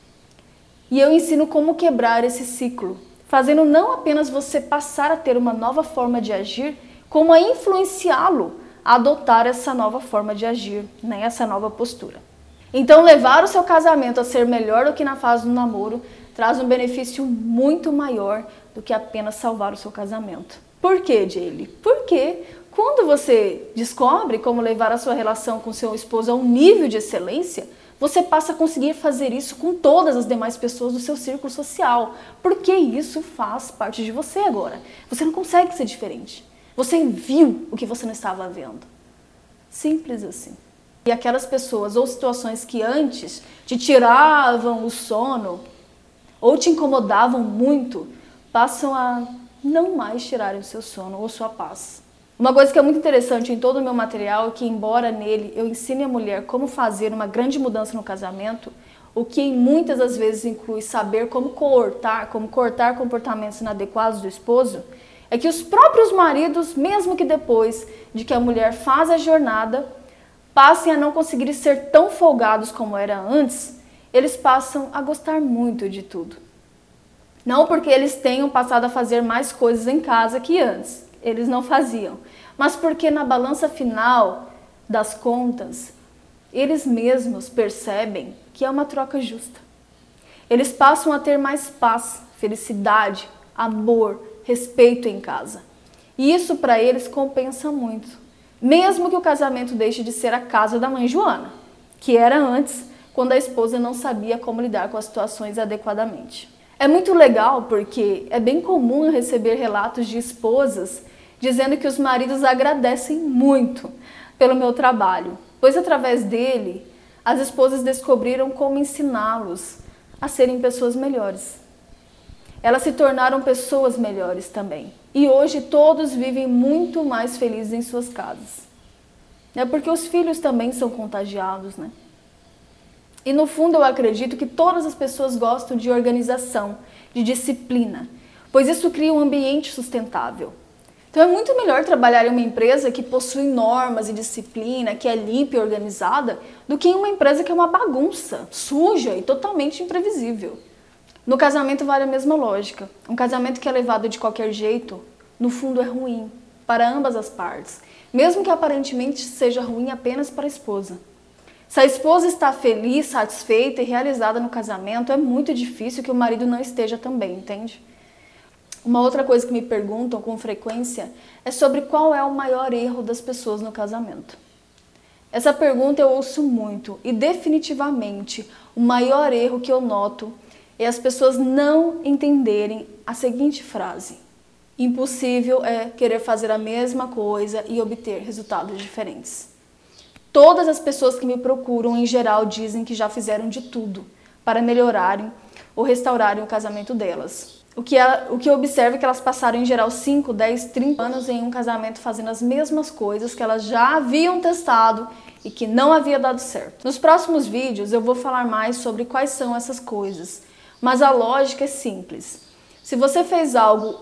E eu ensino como quebrar esse ciclo, fazendo não apenas você passar a ter uma nova forma de agir, como a influenciá-lo a adotar essa nova forma de agir, né? Essa nova postura. Então, levar o seu casamento a ser melhor do que na fase do namoro traz um benefício muito maior do que apenas salvar o seu casamento. Por quê, Jaylee? Porque quando você descobre como levar a sua relação com seu esposo a um nível de excelência, você passa a conseguir fazer isso com todas as demais pessoas do seu círculo social, porque isso faz parte de você agora. Você não consegue ser diferente. Você viu o que você não estava vendo. Simples assim. E aquelas pessoas ou situações que antes te tiravam o sono ou te incomodavam muito, passam a não mais tirarem o seu sono ou sua paz. Uma coisa que é muito interessante em todo o meu material é que, embora nele eu ensine a mulher como fazer uma grande mudança no casamento, o que muitas das vezes inclui saber como cortar comportamentos inadequados do esposo, é que os próprios maridos, mesmo que depois de que a mulher faz a jornada, passem a não conseguir ser tão folgados como era antes, eles passam a gostar muito de tudo. Não porque eles tenham passado a fazer mais coisas em casa que antes, eles não faziam, mas porque na balança final das contas, eles mesmos percebem que é uma troca justa. Eles passam a ter mais paz, felicidade, amor, respeito em casa. E isso para eles compensa muito. Mesmo que o casamento deixe de ser a casa da mãe Joana, que era antes, quando a esposa não sabia como lidar com as situações adequadamente. É muito legal porque é bem comum eu receber relatos de esposas dizendo que os maridos agradecem muito pelo meu trabalho, pois através dele as esposas descobriram como ensiná-los a serem pessoas melhores. Elas se tornaram pessoas melhores também. E hoje todos vivem muito mais felizes em suas casas. É porque os filhos também são contagiados, né? E no fundo eu acredito que todas as pessoas gostam de organização, de disciplina, pois isso cria um ambiente sustentável. Então é muito melhor trabalhar em uma empresa que possui normas e disciplina, que é limpa e organizada, do que em uma empresa que é uma bagunça, suja e totalmente imprevisível. No casamento vale a mesma lógica. Um casamento que é levado de qualquer jeito, no fundo é ruim para ambas as partes, mesmo que aparentemente seja ruim apenas para a esposa. Se a esposa está feliz, satisfeita e realizada no casamento, é muito difícil que o marido não esteja também, entende? Uma outra coisa que me perguntam com frequência é sobre qual é o maior erro das pessoas no casamento. Essa pergunta eu ouço muito e definitivamente o maior erro que eu noto é as pessoas não entenderem a seguinte frase: impossível é querer fazer a mesma coisa e obter resultados diferentes. Todas as pessoas que me procuram, em geral, dizem que já fizeram de tudo para melhorarem ou restaurarem o casamento delas. O que eu observo é que elas passaram, em geral, 5, 10, 30 anos em um casamento fazendo as mesmas coisas que elas já haviam testado e que não havia dado certo. Nos próximos vídeos eu vou falar mais sobre quais são essas coisas, mas a lógica é simples. Se você fez algo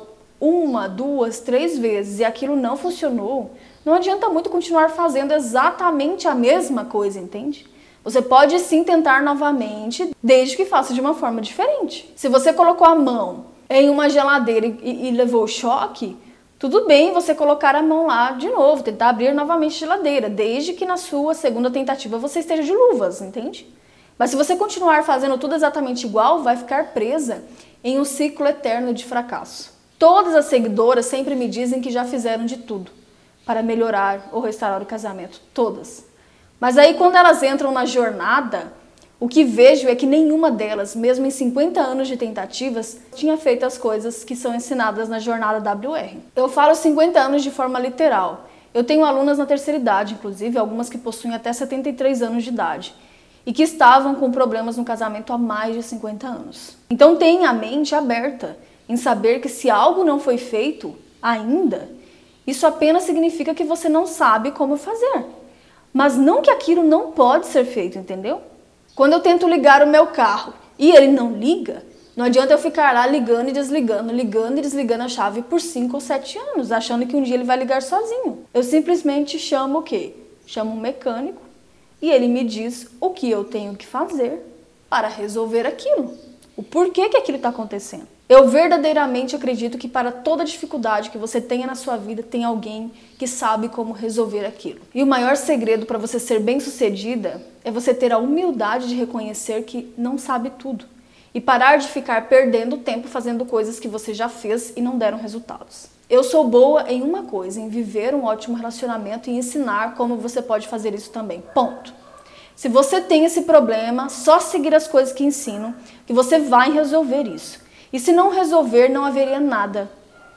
1, 2, 3 vezes e aquilo não funcionou, não adianta muito continuar fazendo exatamente a mesma coisa, entende? Você pode sim tentar novamente, desde que faça de uma forma diferente. Se você colocou a mão em uma geladeira e levou choque, tudo bem você colocar a mão lá de novo, tentar abrir novamente a geladeira, desde que na sua segunda tentativa você esteja de luvas, entende? Mas se você continuar fazendo tudo exatamente igual, vai ficar presa em um ciclo eterno de fracasso. Todas as seguidoras sempre me dizem que já fizeram de tudo para melhorar ou restaurar o casamento, todas. Mas aí quando elas entram na jornada, o que vejo é que nenhuma delas, mesmo em 50 anos de tentativas, tinha feito as coisas que são ensinadas na jornada WR. Eu falo 50 anos de forma literal. Eu tenho alunas na terceira idade, inclusive, algumas que possuem até 73 anos de idade, e que estavam com problemas no casamento há mais de 50 anos. Então tenha a mente aberta em saber que se algo não foi feito ainda, isso apenas significa que você não sabe como fazer. Mas não que aquilo não pode ser feito, entendeu? Quando eu tento ligar o meu carro e ele não liga, não adianta eu ficar lá ligando e desligando a chave por 5 ou 7 anos, achando que um dia ele vai ligar sozinho. Eu simplesmente chamo o quê? Chamo um mecânico e ele me diz o que eu tenho que fazer para resolver aquilo. O porquê que aquilo está acontecendo. Eu verdadeiramente acredito que para toda dificuldade que você tenha na sua vida, tem alguém que sabe como resolver aquilo. E o maior segredo para você ser bem-sucedida é você ter a humildade de reconhecer que não sabe tudo. E parar de ficar perdendo tempo fazendo coisas que você já fez e não deram resultados. Eu sou boa em uma coisa, em viver um ótimo relacionamento e ensinar como você pode fazer isso também. Ponto. Se você tem esse problema, só seguir as coisas que ensino, que você vai resolver isso. E se não resolver, não haveria nada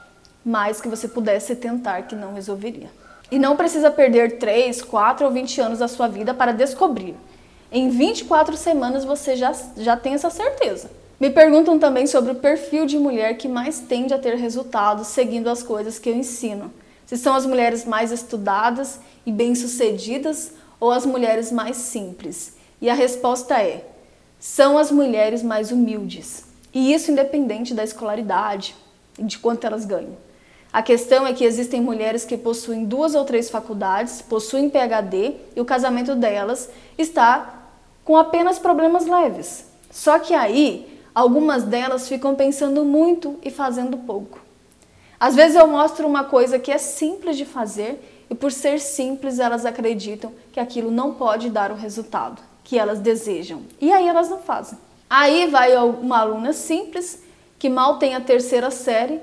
mais que você pudesse tentar que não resolveria. E não precisa perder 3, 4 ou 20 anos da sua vida para descobrir. Em 24 semanas você já tem essa certeza. Me perguntam também sobre o perfil de mulher que mais tende a ter resultados seguindo as coisas que eu ensino. Se são as mulheres mais estudadas e bem-sucedidas ou as mulheres mais simples. E a resposta é: são as mulheres mais humildes. E isso independente da escolaridade e de quanto elas ganham. A questão é que existem mulheres que possuem 2 ou 3 faculdades, possuem PhD e o casamento delas está com apenas problemas leves. Só que aí, algumas delas ficam pensando muito e fazendo pouco. Às vezes eu mostro uma coisa que é simples de fazer e por ser simples elas acreditam que aquilo não pode dar o resultado que elas desejam e aí elas não fazem. Aí vai uma aluna simples que mal tem a terceira série,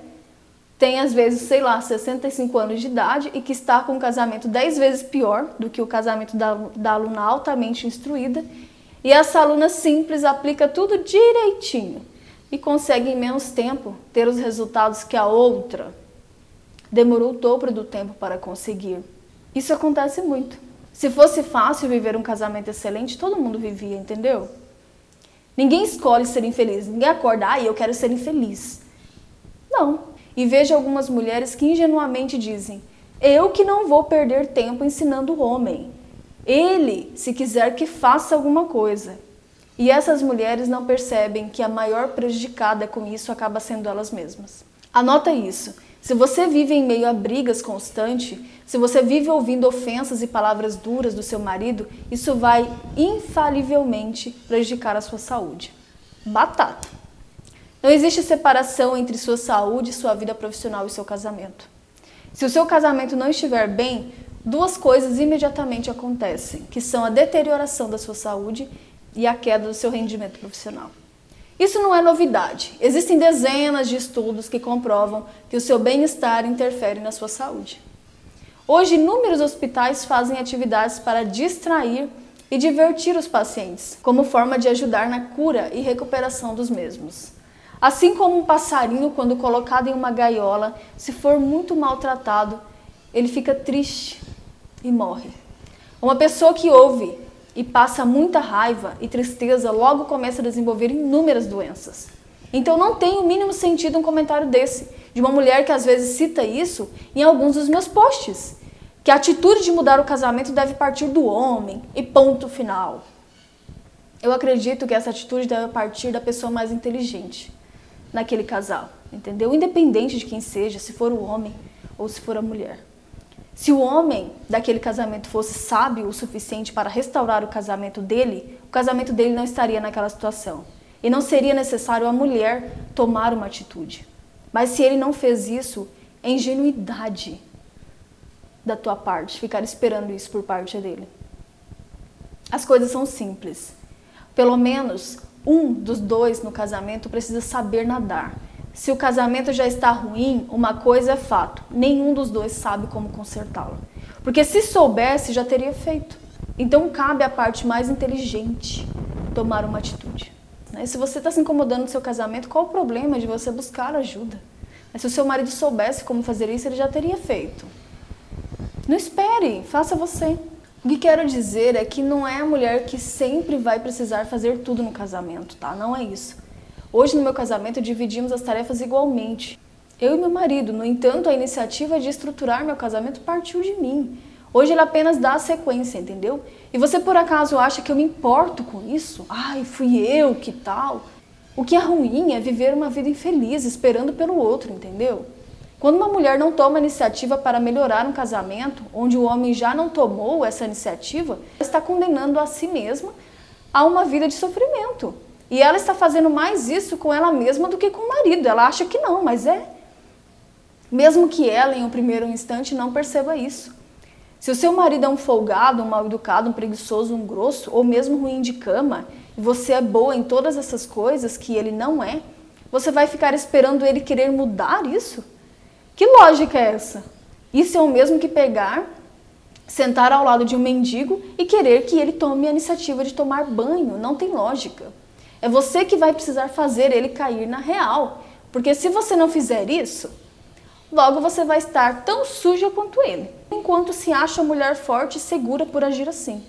tem às vezes, sei lá, 65 anos de idade e que está com um casamento 10 vezes pior do que o casamento da aluna altamente instruída, e essa aluna simples aplica tudo direitinho e consegue em menos tempo ter os resultados que a outra demorou o dobro do tempo para conseguir. Isso acontece muito. Se fosse fácil viver um casamento excelente, todo mundo vivia, entendeu? Ninguém escolhe ser infeliz, ninguém acorda, eu quero ser infeliz. Não. E vejo algumas mulheres que ingenuamente dizem, eu que não vou perder tempo ensinando o homem. Ele, se quiser que faça alguma coisa. E essas mulheres não percebem que a maior prejudicada com isso acaba sendo elas mesmas. Anota isso. Se você vive em meio a brigas constantes, se você vive ouvindo ofensas e palavras duras do seu marido, isso vai infalivelmente prejudicar a sua saúde. Batata! Não existe separação entre sua saúde, sua vida profissional e seu casamento. Se o seu casamento não estiver bem, duas coisas imediatamente acontecem, que são a deterioração da sua saúde e a queda do seu rendimento profissional. Isso não é novidade. Existem dezenas de estudos que comprovam que o seu bem-estar interfere na sua saúde. Hoje, inúmeros hospitais fazem atividades para distrair e divertir os pacientes, como forma de ajudar na cura e recuperação dos mesmos. Assim como um passarinho, quando colocado em uma gaiola, se for muito maltratado, ele fica triste e morre. Uma pessoa que ouve e passa muita raiva e tristeza logo começa a desenvolver inúmeras doenças. Então não tem o mínimo sentido um comentário desse, de uma mulher que às vezes cita isso em alguns dos meus posts, que a atitude de mudar o casamento deve partir do homem e ponto final. Eu acredito que essa atitude deve partir da pessoa mais inteligente naquele casal, entendeu? Independente de quem seja, se for o homem ou se for a mulher. Se o homem daquele casamento fosse sábio o suficiente para restaurar o casamento dele não estaria naquela situação. E não seria necessário a mulher tomar uma atitude. Mas se ele não fez isso, é ingenuidade da tua parte, ficar esperando isso por parte dele. As coisas são simples. Pelo menos um dos dois no casamento precisa saber nadar. Se o casamento já está ruim, uma coisa é fato, nenhum dos dois sabe como consertá-lo. Porque se soubesse, já teria feito. Então cabe à parte mais inteligente tomar uma atitude. Se você está se incomodando no seu casamento, qual o problema de você buscar ajuda? Se o seu marido soubesse como fazer isso, ele já teria feito. Não espere, faça você. O que quero dizer é que não é a mulher que sempre vai precisar fazer tudo no casamento, tá? Não é isso. Hoje no meu casamento dividimos as tarefas igualmente. Eu e meu marido, no entanto, a iniciativa de estruturar meu casamento partiu de mim. Hoje ele apenas dá a sequência, entendeu? E você por acaso acha que eu me importo com isso? Ai, fui eu, que tal? O que é ruim é viver uma vida infeliz, esperando pelo outro, entendeu? Quando uma mulher não toma iniciativa para melhorar um casamento, onde o homem já não tomou essa iniciativa, ela está condenando a si mesma a uma vida de sofrimento. E ela está fazendo mais isso com ela mesma do que com o marido. Ela acha que não, mas é. Mesmo que ela, em um primeiro instante, não perceba isso. Se o seu marido é um folgado, um mal-educado, um preguiçoso, um grosso, ou mesmo ruim de cama, e você é boa em todas essas coisas que ele não é, você vai ficar esperando ele querer mudar isso? Que lógica é essa? Isso é o mesmo que pegar, sentar ao lado de um mendigo e querer que ele tome a iniciativa de tomar banho. Não tem lógica. É você que vai precisar fazer ele cair na real. Porque se você não fizer isso, logo você vai estar tão suja quanto ele. Enquanto se acha mulher forte e segura por agir assim.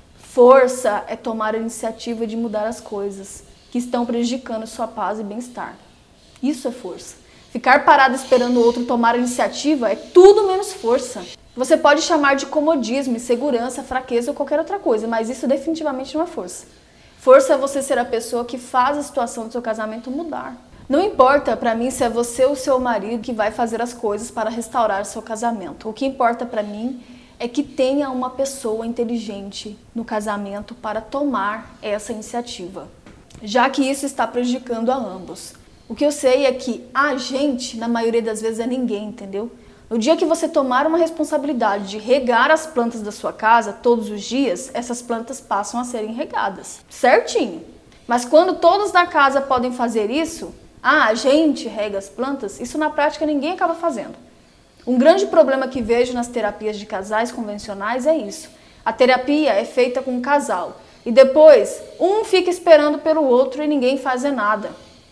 Força é tomar a iniciativa de mudar as coisas que estão prejudicando sua paz e bem-estar. Isso é força. Ficar parado esperando o outro tomar a iniciativa é tudo menos força. Você pode chamar de comodismo, insegurança, fraqueza ou qualquer outra coisa, mas isso definitivamente não é força. Força é você ser a pessoa que faz a situação do seu casamento mudar. Não importa para mim se é você ou o seu marido que vai fazer as coisas para restaurar seu casamento. O que importa para mim é que tenha uma pessoa inteligente no casamento para tomar essa iniciativa, já que isso está prejudicando a ambos. O que eu sei é que a gente, na maioria das vezes, é ninguém, entendeu? No dia que você tomar uma responsabilidade de regar as plantas da sua casa todos os dias, essas plantas passam a serem regadas, certinho. Mas quando todos na casa podem fazer isso, a gente rega as plantas, isso na prática ninguém acaba fazendo. Um grande problema que vejo nas terapias de casais convencionais é isso. A terapia é feita com um casal e depois um fica esperando pelo outro e ninguém faz nada.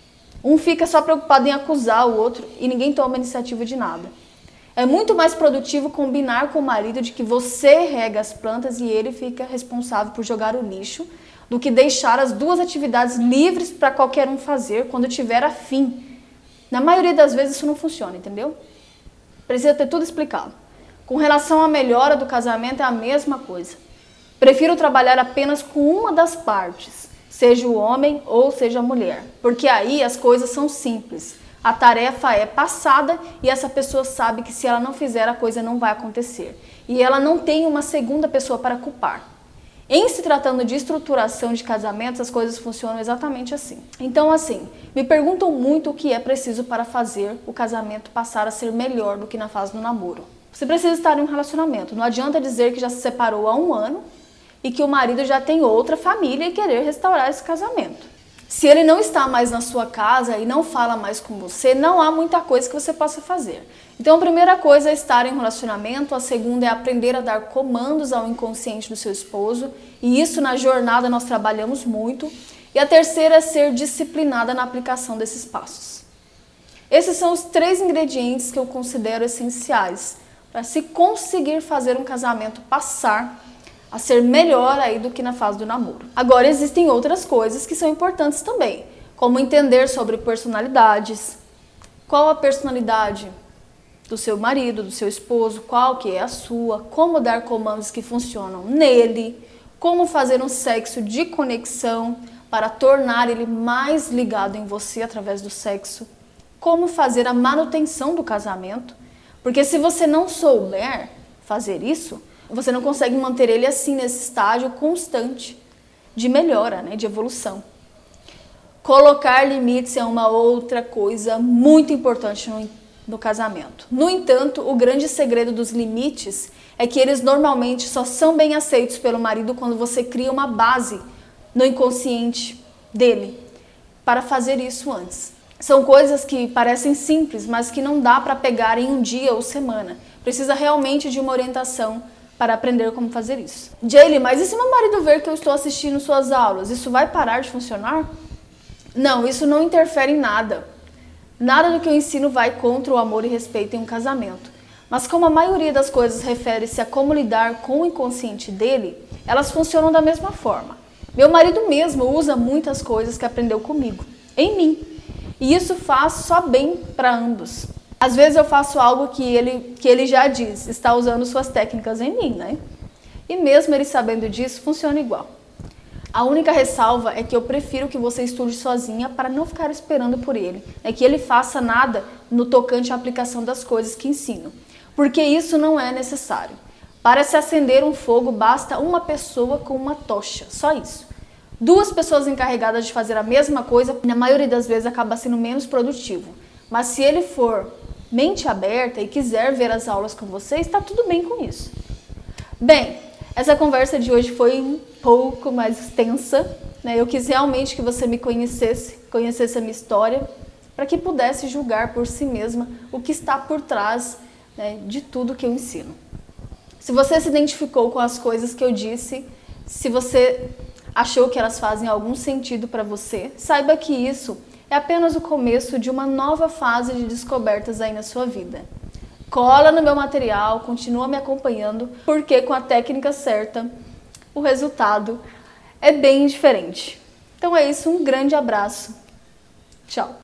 Um fica só preocupado em acusar o outro e ninguém toma iniciativa de nada. É muito mais produtivo combinar com o marido de que você rega as plantas e ele fica responsável por jogar o lixo, do que deixar as duas atividades livres para qualquer um fazer quando tiver afim. Na maioria das vezes isso não funciona, entendeu? Precisa ter tudo explicado. Com relação à melhora do casamento é a mesma coisa. Prefiro trabalhar apenas com uma das partes, seja o homem ou seja a mulher, porque aí as coisas são simples. A tarefa é passada e essa pessoa sabe que se ela não fizer a coisa não vai acontecer. E ela não tem uma segunda pessoa para culpar. Em se tratando de estruturação de casamentos, as coisas funcionam exatamente assim. Então, assim, me perguntam muito o que é preciso para fazer o casamento passar a ser melhor do que na fase do namoro. Você precisa estar em um relacionamento. Não adianta dizer que já se separou há 1 ano e que o marido já tem outra família e querer restaurar esse casamento. Se ele não está mais na sua casa e não fala mais com você, não há muita coisa que você possa fazer. Então a primeira coisa é estar em um relacionamento, a segunda é aprender a dar comandos ao inconsciente do seu esposo, e isso na jornada nós trabalhamos muito, e a terceira é ser disciplinada na aplicação desses passos. Esses são os 3 ingredientes que eu considero essenciais para se conseguir fazer um casamento passar a ser melhor aí do que na fase do namoro. Agora existem outras coisas que são importantes também, como entender sobre personalidades, qual a personalidade do seu marido, do seu esposo, qual que é a sua, como dar comandos que funcionam nele, como fazer um sexo de conexão para tornar ele mais ligado em você através do sexo, como fazer a manutenção do casamento, porque se você não souber fazer isso, você não consegue manter ele assim, nesse estágio constante de melhora, de evolução. Colocar limites é uma outra coisa muito importante no casamento. No entanto, o grande segredo dos limites é que eles normalmente só são bem aceitos pelo marido quando você cria uma base no inconsciente dele para fazer isso antes. São coisas que parecem simples, mas que não dá para pegar em um dia ou semana. Precisa realmente de uma orientação para aprender como fazer isso. Jaylee, mas e se meu marido ver que eu estou assistindo suas aulas? Isso vai parar de funcionar? Não, isso não interfere em nada. Nada do que eu ensino vai contra o amor e respeito em um casamento. Mas como a maioria das coisas refere-se a como lidar com o inconsciente dele, elas funcionam da mesma forma. Meu marido mesmo usa muitas coisas que aprendeu comigo, em mim. E isso faz só bem para ambos. Às vezes eu faço algo que ele já diz, está usando suas técnicas em mim, E mesmo ele sabendo disso, funciona igual. A única ressalva é que eu prefiro que você estude sozinha para não ficar esperando por ele. É que ele faça nada no tocante à aplicação das coisas que ensino. Porque isso não é necessário. Para se acender um fogo, basta uma pessoa com uma tocha, só isso. 2 pessoas encarregadas de fazer a mesma coisa, na maioria das vezes acaba sendo menos produtivo. Mas se ele for mente aberta e quiser ver as aulas com você, está tudo bem com isso. Bem, essa conversa de hoje foi um pouco mais extensa, Eu quis realmente que você me conhecesse a minha história, para que pudesse julgar por si mesma o que está por trás, de tudo que eu ensino. Se você se identificou com as coisas que eu disse, se você achou que elas fazem algum sentido para você, saiba que isso é apenas o começo de uma nova fase de descobertas aí na sua vida. Cola no meu material, continua me acompanhando, porque com a técnica certa, o resultado é bem diferente. Então é isso, um grande abraço. Tchau!